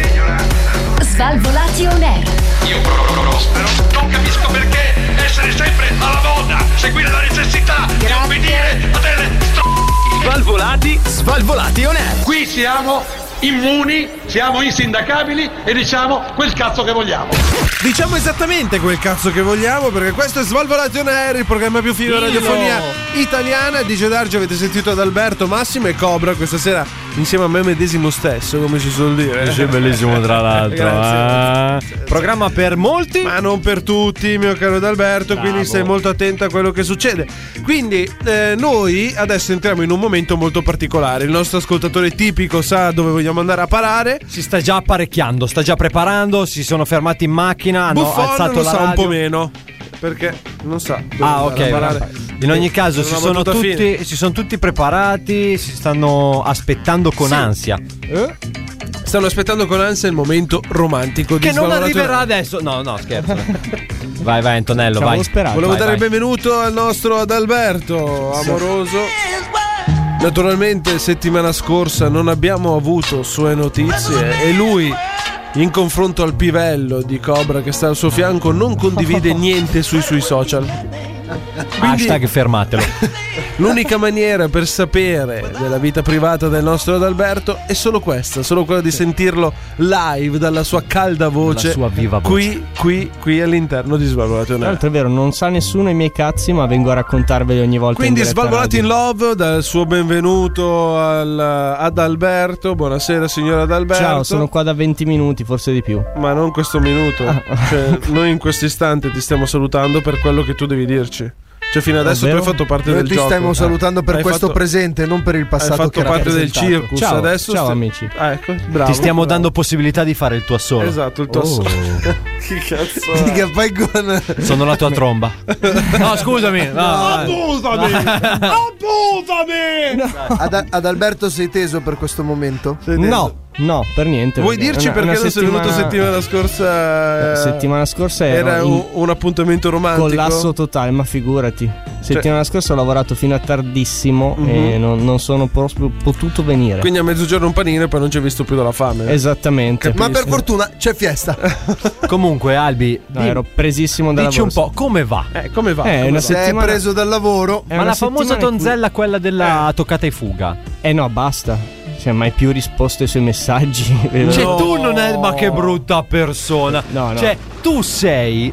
Svalvolati on air. Io prospero. Non capisco perché essere sempre alla moda, seguire la necessità di obbedire a delle Svalvolati on air. Qui siamo immuni, siamo insindacabili e diciamo quel cazzo che vogliamo. Diciamo esattamente quel cazzo che vogliamo, perché questo è Svalvolati on air, il programma più figo della radiofonia italiana. DJ Darge avete sentito Adalberto, Massimo e Cobra questa sera insieme a me medesimo stesso, come si suol dire. Sì, bellissimo tra l'altro. Programma per molti, ma non per tutti, mio caro Adalberto. Quindi stai molto attento a quello che succede. Quindi noi adesso entriamo in un momento molto particolare. Il nostro ascoltatore tipico sa dove vogliamo andare a parare. Si sta già apparecchiando, sta già preparando. Si sono fermati in macchina, hanno Buffon alzato lo la sa radio. un po' meno, perché non sa dove ok. andare a parare. In ogni caso si sono tutti preparati, si stanno aspettando con ansia. Stanno aspettando con ansia il momento romantico di che non Svalvolati arriverà on air. adesso. No, scherzo. vai Antonello, Ci avevo vai. sperato. Volevo dare il benvenuto al nostro Adalberto amoroso. Naturalmente settimana scorsa non abbiamo avuto sue notizie e lui, in confronto al pivello di Cobra che sta al suo fianco, non condivide niente sui suoi social. Quindi, Hashtag fermatelo. l'unica maniera per sapere della vita privata del nostro Adalberto è solo questa, solo quella di sentirlo live dalla sua calda voce, la sua viva voce. qui all'interno di Svalvolati on Tra air. l'altro è vero, non sa nessuno i miei cazzi, ma vengo a raccontarveli ogni volta. Quindi in diretta Svalvolati in radio. love, dal suo benvenuto ad Alberto. Buonasera signor Adalberto. Ciao, sono qua da 20 minuti, forse di più. Ma non questo minuto. Cioè, noi in questo istante ti stiamo salutando per quello che tu devi dirci. Cioè, fino adesso tu hai fatto parte Noi del ti gioco. stiamo salutando per Hai questo fatto- presente, non per il passato. Hai fatto che era parte del presentato. circus. Ciao, Adesso ciao amici. Ecco, bravo. Ti stiamo bravo. dando possibilità di fare il tuo assolo. Esatto, il tuo assolo. Che cazzo è? Mica fai con... Sono la tua tromba. No, scusami. Abusami! Abusami! Ad Alberto sei teso per questo momento? No. No, per niente. Vuoi dirci perché non sei venuto settimana scorsa? Settimana scorsa era un appuntamento romantico. Collasso totale, ma figurati. Settimana scorsa ho lavorato fino a tardissimo e non sono proprio potuto venire. Quindi a mezzogiorno un panino e poi non ci hai visto più dalla fame. Esattamente. Ma per fortuna c'è fiesta. Comunque, Albi, ero presissimo dal dici lavoro. un po' come va? Come va? Una Sei settimana preso dal lavoro. Ma la famosa donzella, quella della toccata e fuga. No, basta. Cioè, mai più risposto ai suoi messaggi. Cioè, tu non è. Ma che brutta persona. No. Cioè, tu sei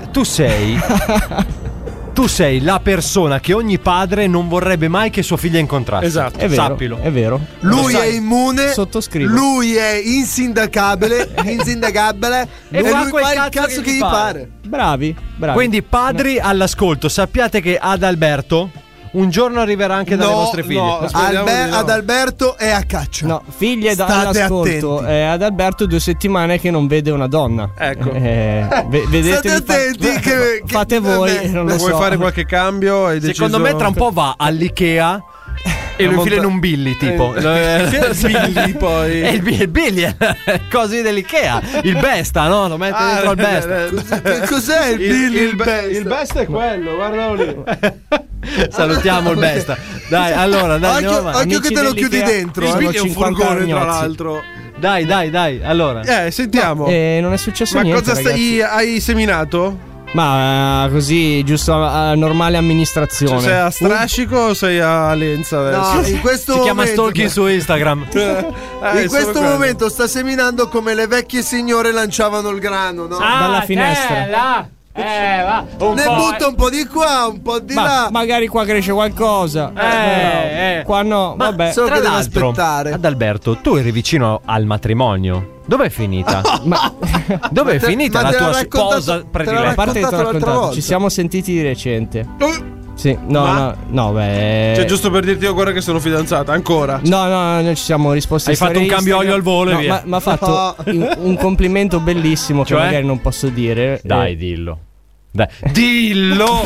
la persona che ogni padre non vorrebbe mai che sua figlia incontrasse. Esatto. È vero, sappilo. È vero. Lui è immune. Sottoscrivo. Lui è insindacabile. E lui fa quel fa il cazzo che gli pare. Bravi. Quindi, padri all'ascolto, sappiate che Adalberto un giorno arriverà anche dalle vostre figlie. Adalberto è a caccia. No, figlie State all'ascolto. Ad Alberto 2 settimane che non vede una donna. Ecco. Vedete. State attenti che fate voi. Non lo Vuoi so. fare qualche cambio? Secondo me tra un po' va all'Ikea e lo infila in un Billy tipo Billy poi il Billy così dell'Ikea, il Besta, no? Lo mette dentro al Besta. Che cos'è il Billy? Il best è quello, guardalo lì. Salutiamo il Besta. Dai, allora dai, occhio che te lo chiudi dentro. Il Billy è un furgone, tra agnozzi. l'altro. Dai, allora. Sentiamo. Non è successo niente. Ma cosa hai seminato? Ma così, giusto a normale amministrazione. Sei a strascico o sei a Lenza adesso? No, in questo si chiama momento, stalking su Instagram. in questo momento sta seminando come le vecchie signore lanciavano il grano, no? Dalla finestra. Va. Butta un po' di qua, un po' di là. Magari qua cresce qualcosa. Qua no, vabbè. Solo Tra che deve l'altro, aspettare. Adalberto, tu eri vicino al matrimonio. Dov'è finita? Dov'è finita la tua sposa prediletta? A parte che ti ho l'altra raccontato, volta. ci siamo sentiti di recente. Sì, no, beh. Cioè, giusto per dirti, guarda che sono fidanzata, ancora. No, noi ci siamo risposti. Hai fatto un cambio olio al volo e via. Ma ha fatto un complimento bellissimo che magari non posso dire. Dai, dillo. Dai. Dillo.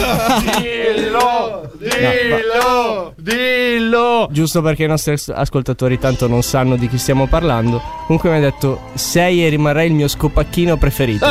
Giusto perché i nostri ascoltatori tanto non sanno di chi stiamo parlando. Comunque mi ha detto: sei e rimarrai il mio scopacchino preferito.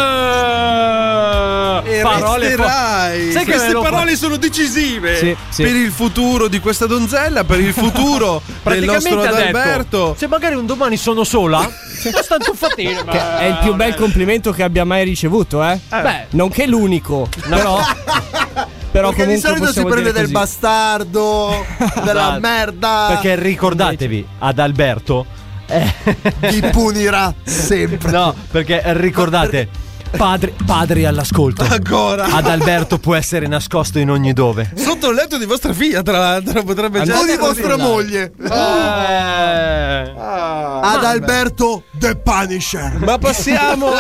E parole resterai. Sai che queste parole sono decisive sì. per il futuro di questa donzella, per il futuro del nostro Adalberto. Se magari un domani sono sola, sta tuffatino. Che è il più bel complimento che abbia mai ricevuto, Beh, nonché l'unico, però perché di solito si prende del così. Bastardo, della merda. Perché ricordatevi, Adalberto vi punirà sempre. No, perché ricordate, padri all'ascolto. Ancora Adalberto può essere nascosto in ogni dove. sotto il letto di vostra figlia, tra l'altro, potrebbe già o di essere vostra così. moglie. Adalberto The Punisher. Ma passiamo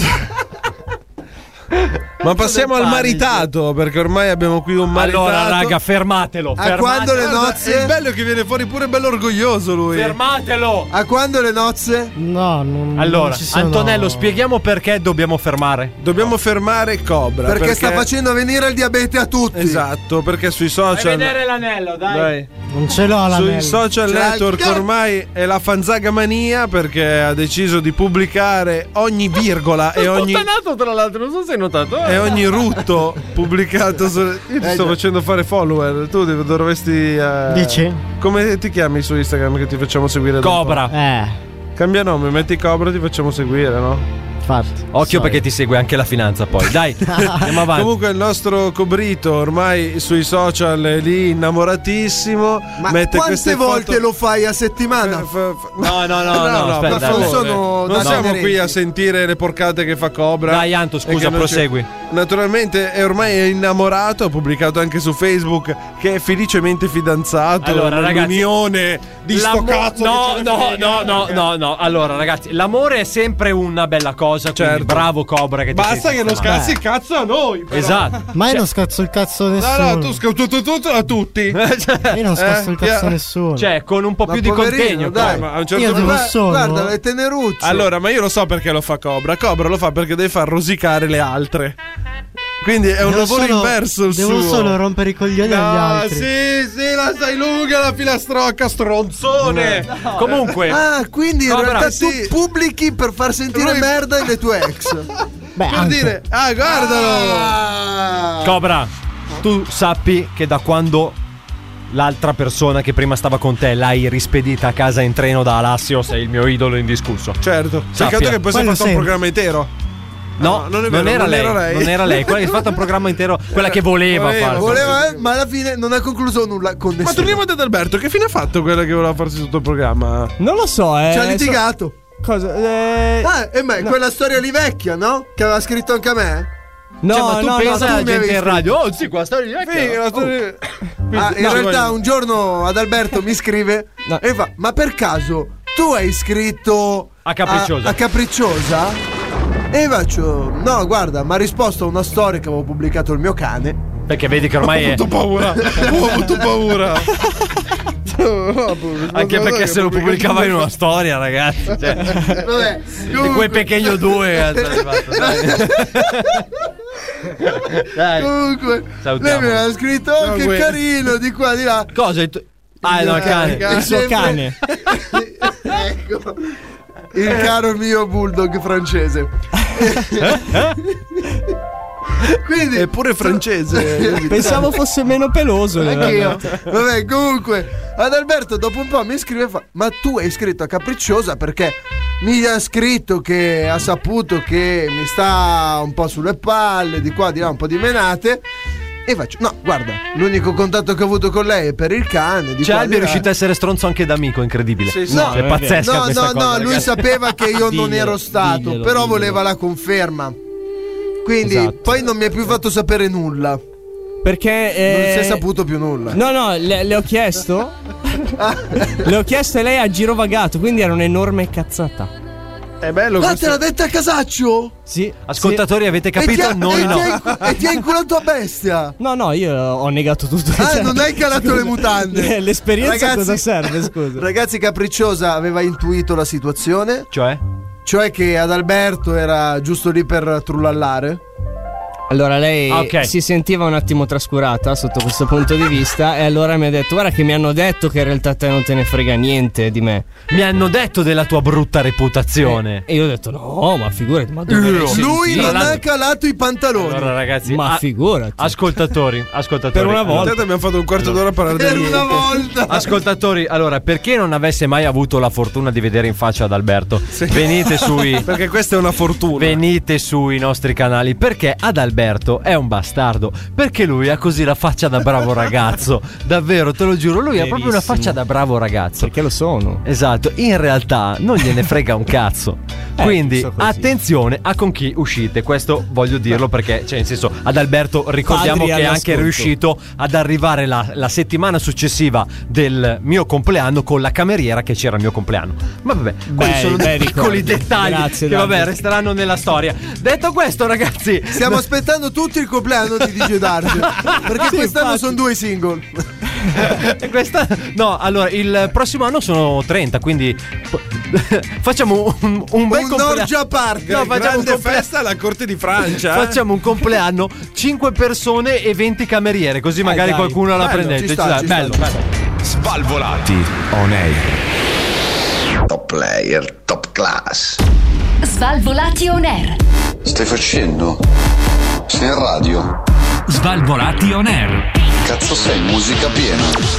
al maritato, perché ormai abbiamo qui un maritato. Allora, raga, fermatelo. A quando le nozze? Il bello è che viene fuori pure bello orgoglioso lui. Fermatelo. A quando le nozze? No, Allora, non ci sono. Antonello, spieghiamo perché dobbiamo fermare. Dobbiamo fermare Cobra. Perché sta facendo venire il diabete a tutti. Esatto, perché sui social. l'anello, dai. Non ce l'ho la Sui social network ormai è la fanzaga mania, perché ha deciso di pubblicare ogni virgola e ogni tra l'altro, non so se hai notato. e ogni rutto pubblicato io ti sto facendo fare follower. Tu dovresti Dici? come ti chiami su Instagram che ti facciamo seguire dopo? Cobra. Cambia nome, metti Cobra e ti facciamo seguire, no? Infatti. Occhio perché ti segue anche la finanza poi. Dai, andiamo avanti. Comunque il nostro Cobrito ormai sui social è lì innamoratissimo. Ma mette quante queste volte foto... lo fai a settimana? No, aspetta, per favore. Non siamo qui a sentire le porcate che fa Cobra. Dai, Anto, scusa, prosegui. Naturalmente è innamorato, ha pubblicato anche su Facebook che è felicemente fidanzato. Allora, ragazzi, l'unione di sto cazzo. No. Allora, ragazzi, l'amore è sempre una bella cosa. Certo. Bravo Cobra che ti basta che non scazzi il cazzo a noi. Però. Esatto. Ma io non scazzo il cazzo a nessuno. No, tu a tutti. Io non scazzo il cazzo a nessuno. Cioè, con un po' più di contegno, dai. Ma a un certo Io punto... dove sono? Guarda, le tenerucce. Allora, ma io lo so perché lo fa Cobra. Cobra lo fa perché deve far rosicare le altre. Quindi è un lavoro inverso il devo suo. solo rompere i coglioni agli altri. Sì, la stai lunga la filastrocca, stronzone. No. Comunque. Quindi in Cobra, realtà tu pubblichi per far sentire merda le tue ex. Beh, per dire, guardalo. Cobra, tu sappi che da quando l'altra persona che prima stava con te l'hai rispedita a casa in treno da Alassio, sei il mio idolo indiscusso. Certo. Sappia. Peccato che poi si è fatto un programma intero. No, non era lei. Non era lei. Quella che ha fatto un programma intero, quella che voleva fare. Ma alla fine non ha concluso nulla con nessuno. Ma torniamo ad Adalberto, che fine ha fatto quella che voleva farsi tutto il programma? Non lo so, Ci ha litigato. Cosa? Quella storia lì vecchia, no? Che aveva scritto anche a me? No, ma tu pensa alla gente in radio. Oh, sì, quella storia lì vecchia. In realtà un giorno Adalberto mi scrive e fa: ma per caso tu hai scritto a Capricciosa? A Capricciosa? E faccio: no, guarda, mi ha risposto a una storia che avevo pubblicato il mio cane. Perché vedi che ormai ho avuto paura. Ho avuto paura. Anche perché se lo pubblicava in una storia, ragazzi. Cioè, vabbè, quel Pechegno 2. Dai. Comunque, lei mi aveva scritto: oh, che carino, di qua, di là. Cosa? No, il cane. Il suo cane. Ecco. Il caro mio bulldog francese. Quindi è pure francese. Pensavo fosse meno peloso. Anch'io. Vabbè, comunque Adalberto dopo un po' mi scrive e fa: ma tu hai scritto a Capricciosa perché mi ha scritto che ha saputo che mi sta un po' sulle palle, di qua di là, un po' di menate. E faccio: no, guarda, l'unico contatto che ho avuto con lei è per il cane. Cioè, Albi è riuscito a essere stronzo anche da amico, incredibile. Sì, sì. No, è pazzesca questa cosa. No, lui sapeva che io non ero stato, però voleva la conferma. Quindi poi non mi ha più fatto sapere nulla. Perché non si è saputo più nulla. No, le ho chiesto. Le ho chiesto e lei ha girovagato, quindi era un'enorme cazzata. È bello. Te l'ha detta a Casaccio? Sì. Ascoltatori, avete capito? Noi no. E ti ha inculato a bestia? No, io ho negato tutto. Non hai calato le mutande. L'esperienza, ragazzi, cosa serve, scusa? Ragazzi, Capricciosa aveva intuito la situazione. Cioè che Adalberto era giusto lì per trullallare. Allora lei si sentiva un attimo trascurata sotto questo punto di vista. E allora mi ha detto: guarda che mi hanno detto che in realtà a te non te ne frega niente di me. Mi hanno detto della tua brutta reputazione. E io ho detto: no, ma figurati, ma dove lui non ha calato i pantaloni. Allora ragazzi, ma figurati. Ascoltatori, per una volta abbiamo fatto un quarto d'ora a parlare per una volta. Ascoltatori, allora, perché non avesse mai avuto la fortuna di vedere in faccia ad Alberto, venite sui perché questa è una fortuna. Venite sui nostri canali, perché Adalberto è un bastardo, perché lui ha così la faccia da bravo ragazzo. Davvero, te lo giuro, lui ha proprio una faccia da bravo ragazzo. Perché lo sono. Esatto, in realtà non gliene frega un cazzo. Quindi attenzione a con chi uscite. Questo voglio dirlo perché, cioè, nel senso, Adalberto ricordiamo che è anche riuscito ad arrivare la settimana successiva del mio compleanno con la cameriera che c'era al mio compleanno. Ma vabbè, quelli sono dei piccoli dettagli. Grazie, che vabbè, resteranno nella storia. Detto questo, ragazzi, stiamo aspettando tutti il compleanno di DJ Darge, perché quest'anno sono 2 single. No, allora il prossimo anno sono 30, quindi facciamo un bel Norgia Park. No, facciamo grande festa alla corte di Francia. Facciamo un compleanno, 5 persone e 20 cameriere, così magari qualcuno la prendete. Ci sta. Bello. Svalvolati on air. Top player, top class. Svalvolati on air. Stai facendo? Sei in radio? Svalvolati on air. Cazzo sei, musica piena.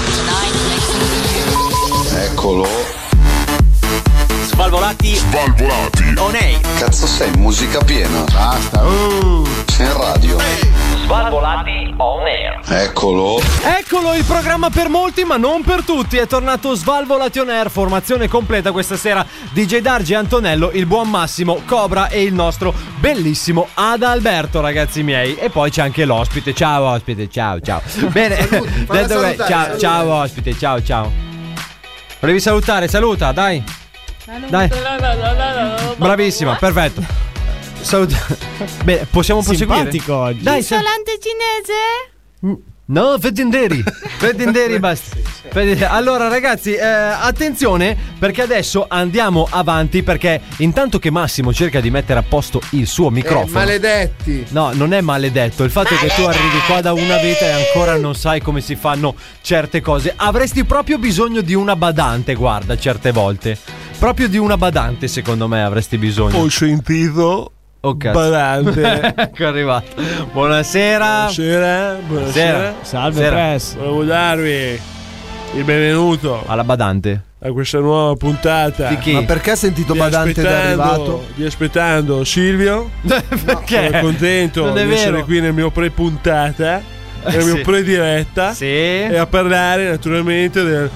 Eccolo. Svalvolati on air. Cazzo sei, musica piena. Basta. Sei in radio. Svalvolati on air. Eccolo. Eccolo il programma per molti ma non per tutti. È tornato Svalvolati on air. Formazione completa questa sera. DJ Darge, Antonello, il buon Massimo, Cobra e il nostro bellissimo Adalberto, ragazzi miei. E poi c'è anche l'ospite. Ciao ospite, ciao. Bene. Ciao ospite, ciao. Volevi salutare? Saluta, dai. Dai. Bravissima, perfetto. Saluta. Bene, possiamo proseguire. Simpatico oggi. Dai, Ristorante cinese? No, Fettinderi basta. Allora ragazzi, attenzione, perché adesso andiamo avanti, perché intanto che Massimo cerca di mettere a posto il suo microfono. Maledetti. No, non è maledetto. Il fatto è che tu arrivi qua da una vita e ancora non sai come si fanno certe cose. Avresti proprio bisogno di una badante, guarda, certe volte. Proprio di una badante, secondo me avresti bisogno. Ho sentito. Oh, badante. Ecco, è arrivato. Buonasera. Buonasera. Salve, Press. Volevo darvi il benvenuto alla badante a questa nuova puntata. Di chi? Ma perché ha sentito badante ed è arrivato? Di aspettando Silvio. Perché? Sono contento di essere qui nel mio pre-puntata, nel mio pre-diretta. Sì. E a parlare naturalmente del.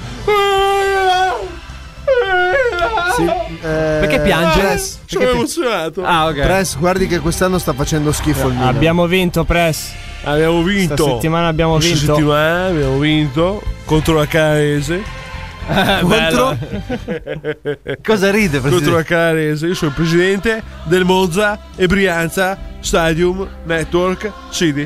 Perché piange? Sono emozionato. Ah, ok. Press, guardi che quest'anno sta facendo schifo il Milan. Abbiamo vinto, Press. Abbiamo vinto. Questa settimana abbiamo vinto contro la Carrese. Contro? Cosa ride, presidente? Contro la Carrese. Io sono il presidente del Monza e Brianza Stadium Network City.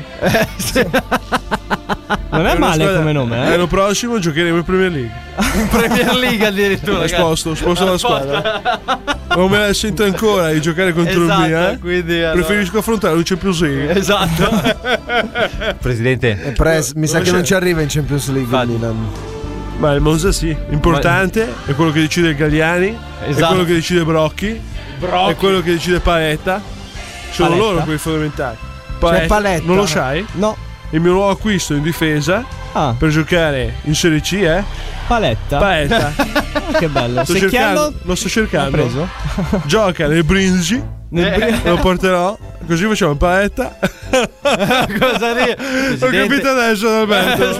Non è male come nome, L'anno prossimo giocheremo in Premier League. In Premier League addirittura. Sposto la squadra. Non me la sento ancora di giocare contro il Milan. Quindi, preferisco affrontare un Champions League. Esatto. Presidente. Press, mi sa che non ci arriva in Champions League il Milan. Ma il Monza sì, importante, è quello che decide il Galliani, è quello che decide Brocchi, è quello che decide Paletta. Sono loro quelli fondamentali. Paletta. Non lo sai? No. Il mio nuovo acquisto in difesa per giocare in Serie C Paletta. Che bello. Lo sto cercando. L'ha preso? Gioca nel Brindisi. Lo porterò. Così facciamo Paletta. Cosa ride? Ho capito adesso, Alberto.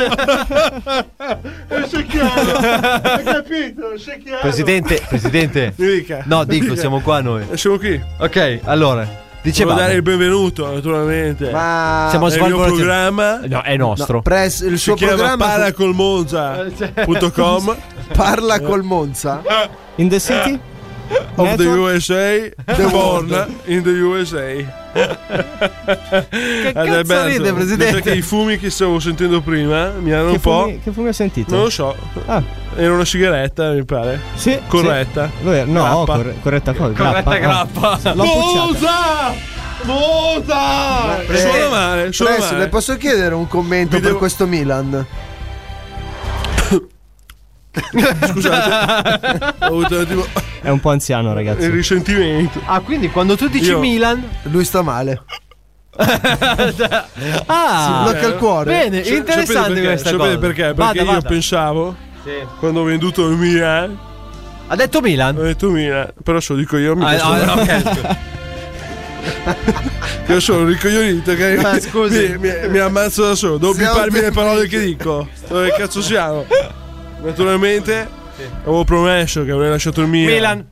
È chiaro. Hai capito? È chiaro. Presidente. Mi dica. No, dico, siamo qua noi. Siamo qui. Ok, allora. Devo dare il benvenuto, naturalmente. Ma siamo nel mio programma. No, è nostro. No, Press, il suo programma parlacolmonza.com. Parla col Monza. In the city? Of the USA, born in the USA. Che cazzo ride, presidente? Mi sa che i fumi che stavo sentendo prima mi hanno un po'. Che fumi ho sentito? Non lo so. Era una sigaretta, mi pare. Sì. Corretta. Sì. No, corretta cosa? Corretta grappa. Monza! Suona male. Le posso chiedere un commento per questo Milan? Scusate, ho avuto tipo. È un po' anziano, ragazzi. Il risentimento. Ah, quindi quando tu dici Milan, lui sta male. Si blocca il cuore. Bene, interessante questa cosa. Sapete perché? Perché io pensavo, quando ho venduto il Milan. Ha detto Milan? Ho detto Milan, però se lo dico io ok. Io sono ricoglionito che ma scusi, mi ammazzo da solo. Devo biparmi le parole che dico. Dove cazzo siamo? Naturalmente avevo promesso che avrei lasciato il Milan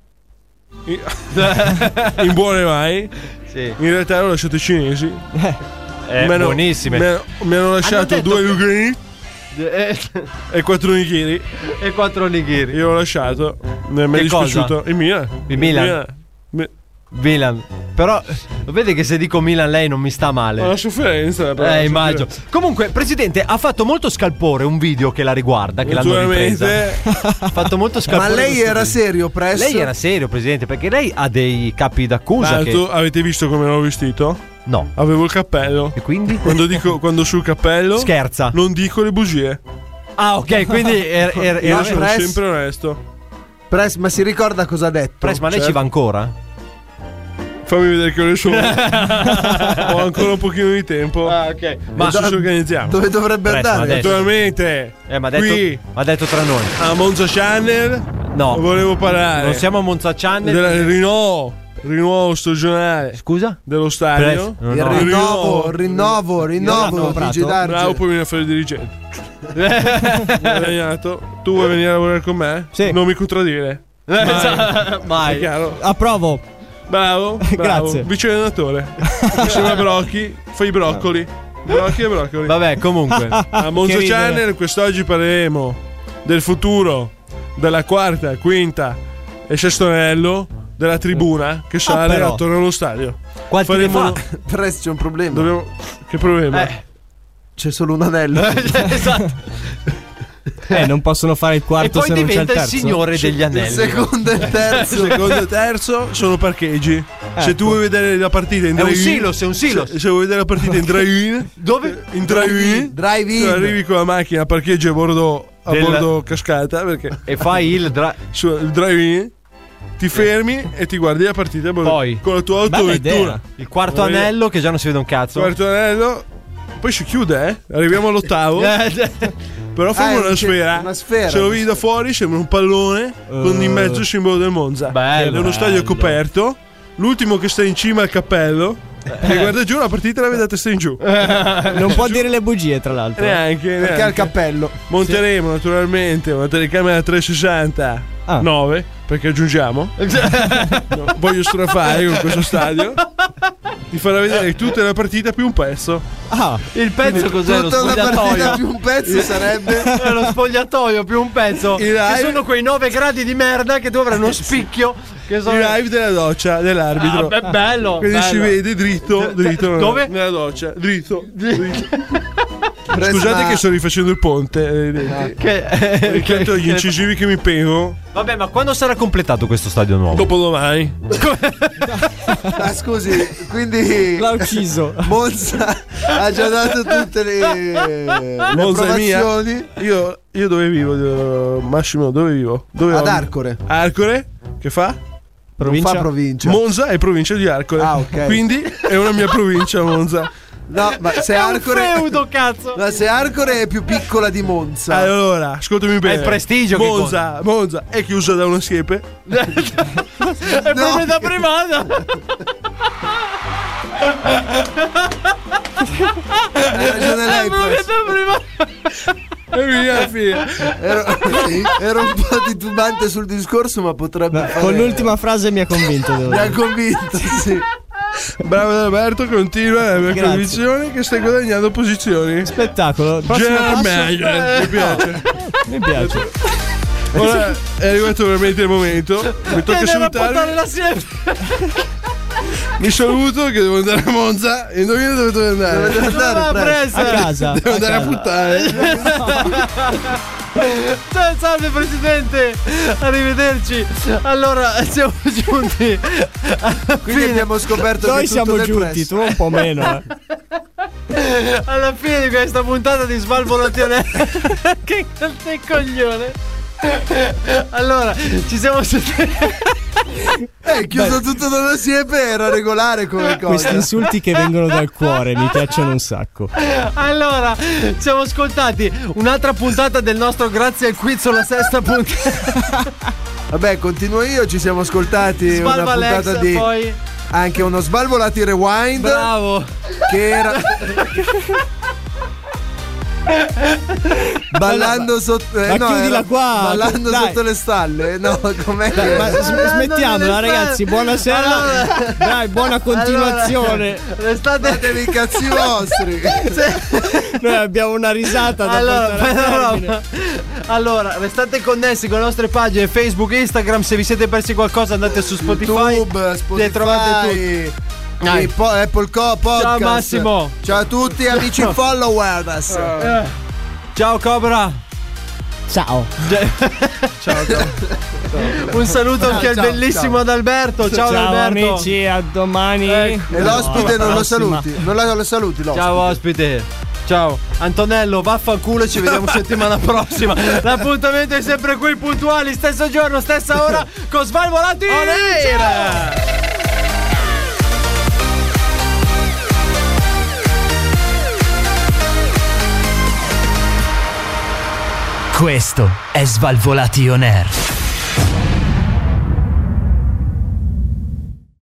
in buone mai. Sì. In realtà l'ho lasciato ai cinesi. Buonissime. Mi hanno lasciato 2 Lugani e 4 nigiri. Io l'ho lasciato. Mi è dispiaciuto. Il Milan. Milan. Però lo vedi che se dico Milan lei non mi sta male. La sofferenza. Immagino. Comunque, presidente, ha fatto molto scalpore un video che la riguarda, che l'hanno ripresa. Ha fatto molto scalpore. Ma lei era serio, Press? Lei era serio, presidente, perché lei ha dei capi d'accusa. Avete visto come ero vestito? No. Avevo il cappello. E quindi? Quando sul cappello scherza. Non dico le bugie. Ah, ok, quindi io sono sempre onesto. Press, ma si ricorda cosa ha detto? Press, ma lei ci va ancora? Fammi vedere che ore sono. Ho ancora un pochino di tempo. Ah, ok. Ma ci organizziamo. Dove dovrebbe andare? Naturalmente. Ma qui ha detto tra noi. A Monza Channel. No. Volevo parlare. Non siamo a Monza Channel. Del rinnovo stagionale. Scusa? Dello stadio. Il rinnovo. Bravo, poi vieni a fare il dirigente. Guadagnato. Tu vuoi venire a lavorare con me? Sì. Non mi contraddire. Mai. È chiaro? Approvo. Bravo. Grazie. Vice allenatore. Insieme a Brocchi, fai i broccoli. Brocchi e broccoli. Vabbè, comunque. A Monza Channel quest'oggi parleremo del futuro della quarta, quinta e sesto anello della tribuna che sarà attorno allo stadio. Quanti ne fa? Presto c'è un problema. Che problema? c'è solo un anello. Esatto. Non possono fare il quarto e poi se non c'è il diventa terzo. il signore degli anelli. Il secondo e il terzo. Secondo e terzo sono parcheggi. Se tu vuoi vedere la partita in drive-in, è un silos. Se vuoi vedere la partita in drive-in, dove? In drive-in. Drive-in. Tu arrivi con la macchina, parcheggi a bordo cascata e fai il drive-in. Ti fermi e ti guardi la partita poi con la tua autovettura. Il quarto anello che già non si vede un cazzo. Quarto anello. Poi si chiude, arriviamo all'ottavo. Però fa una sfera. Se lo vedi da fuori sembra un pallone con in mezzo il simbolo del Monza. Bello, è uno stadio coperto. L'ultimo che sta in cima al cappello e guarda giù la partita la vede a testa in giù. Non può dire le bugie, tra l'altro. Neanche. Perché ha il cappello. Monteremo naturalmente una telecamera 360 9 perché aggiungiamo. Voglio strafare con questo stadio. Ti farà vedere tutta la partita più un pezzo. Il pezzo cos'è? Lo spogliatoio più un pezzo sarebbe lo spogliatoio più un pezzo. Che sono quei 9 gradi di merda che dovranno uno spicchio. Che sono... Il live della doccia dell'arbitro. Bello. Quindi si vede dritto. Dove? Nella doccia. Dritto. Scusate che sto rifacendo il ponte. Che gli incisivi che mi pengo. Vabbè, ma quando sarà completato questo stadio nuovo? Dopodomani. Scusi, quindi l'ha ucciso. Monza ha già dato tutte le approvazioni. Io dove vivo? Massimo, dove vivo? Ad Arcore. Arcore? Che fa? Provincia? Non fa provincia. Monza è provincia di Arcore. Ok. Quindi è una mia provincia, Monza. No, ma se Arcore è un feudo, cazzo. Ma se Arcore è più piccola di Monza. Allora, ascoltami bene. È il prestigio Monza è chiusa da una siepe. È proprietà privata. Hai ragione lei. È proprietà privata. E via, fine. Ero un po' titubante sul discorso, ma potrebbe fare... Con l'ultima frase mi ha convinto. Mi ha convinto, sì. Bravo Alberto, continua la mia convinzione che stai guadagnando posizioni. Spettacolo. Mi piace. Mi piace. Ora è arrivato veramente il momento. Mi tocca salutarvi. Mi saluto che devo andare a Monza. E indovina dove devo andare? Dove devo andare? A casa. Devo andare a puttane. Salve presidente, arrivederci. Allora siamo giunti quindi abbiamo scoperto noi che siamo giunti, tu un po' meno. Alla fine di questa puntata di Svalvolation. Che coglione. Allora ci siamo chiuso tutto da una siepe, era regolare come cosa. Questi insulti che vengono dal cuore mi piacciono un sacco. Allora, ci siamo ascoltati un'altra puntata del nostro Grazie al Quiz, la sesta puntata. Vabbè, continuo io, ci siamo ascoltati Svalva una puntata Alexa, di poi anche uno Svalvolati Rewind. Bravo. Che era ballando sotto ma chiudila qua. Ballando sotto le stalle. No, com'è? Ma smettiamola, ragazzi. Buonasera. Dai, buona continuazione. Fatevi i cazzi vostri. Noi abbiamo una risata da allora, restate connessi con le nostre pagine Facebook e Instagram. Se vi siete persi qualcosa andate su Spotify, YouTube, trovate tutto. Apple Podcast. Ciao Massimo. Ciao a tutti amici followers. Ciao Cobra. Ciao. Un saluto anche al bellissimo Adalberto. Ciao Adalberto. Amici, a domani. E l'ospite non lo saluti. Non lo saluti l'ospite. Ciao ospite. Ciao Antonello, vaffanculo, ci vediamo settimana prossima. L'appuntamento è sempre qui, puntuali, stesso giorno, stessa ora, con Svalvolati On Air. Questo è Svalvolati On Air.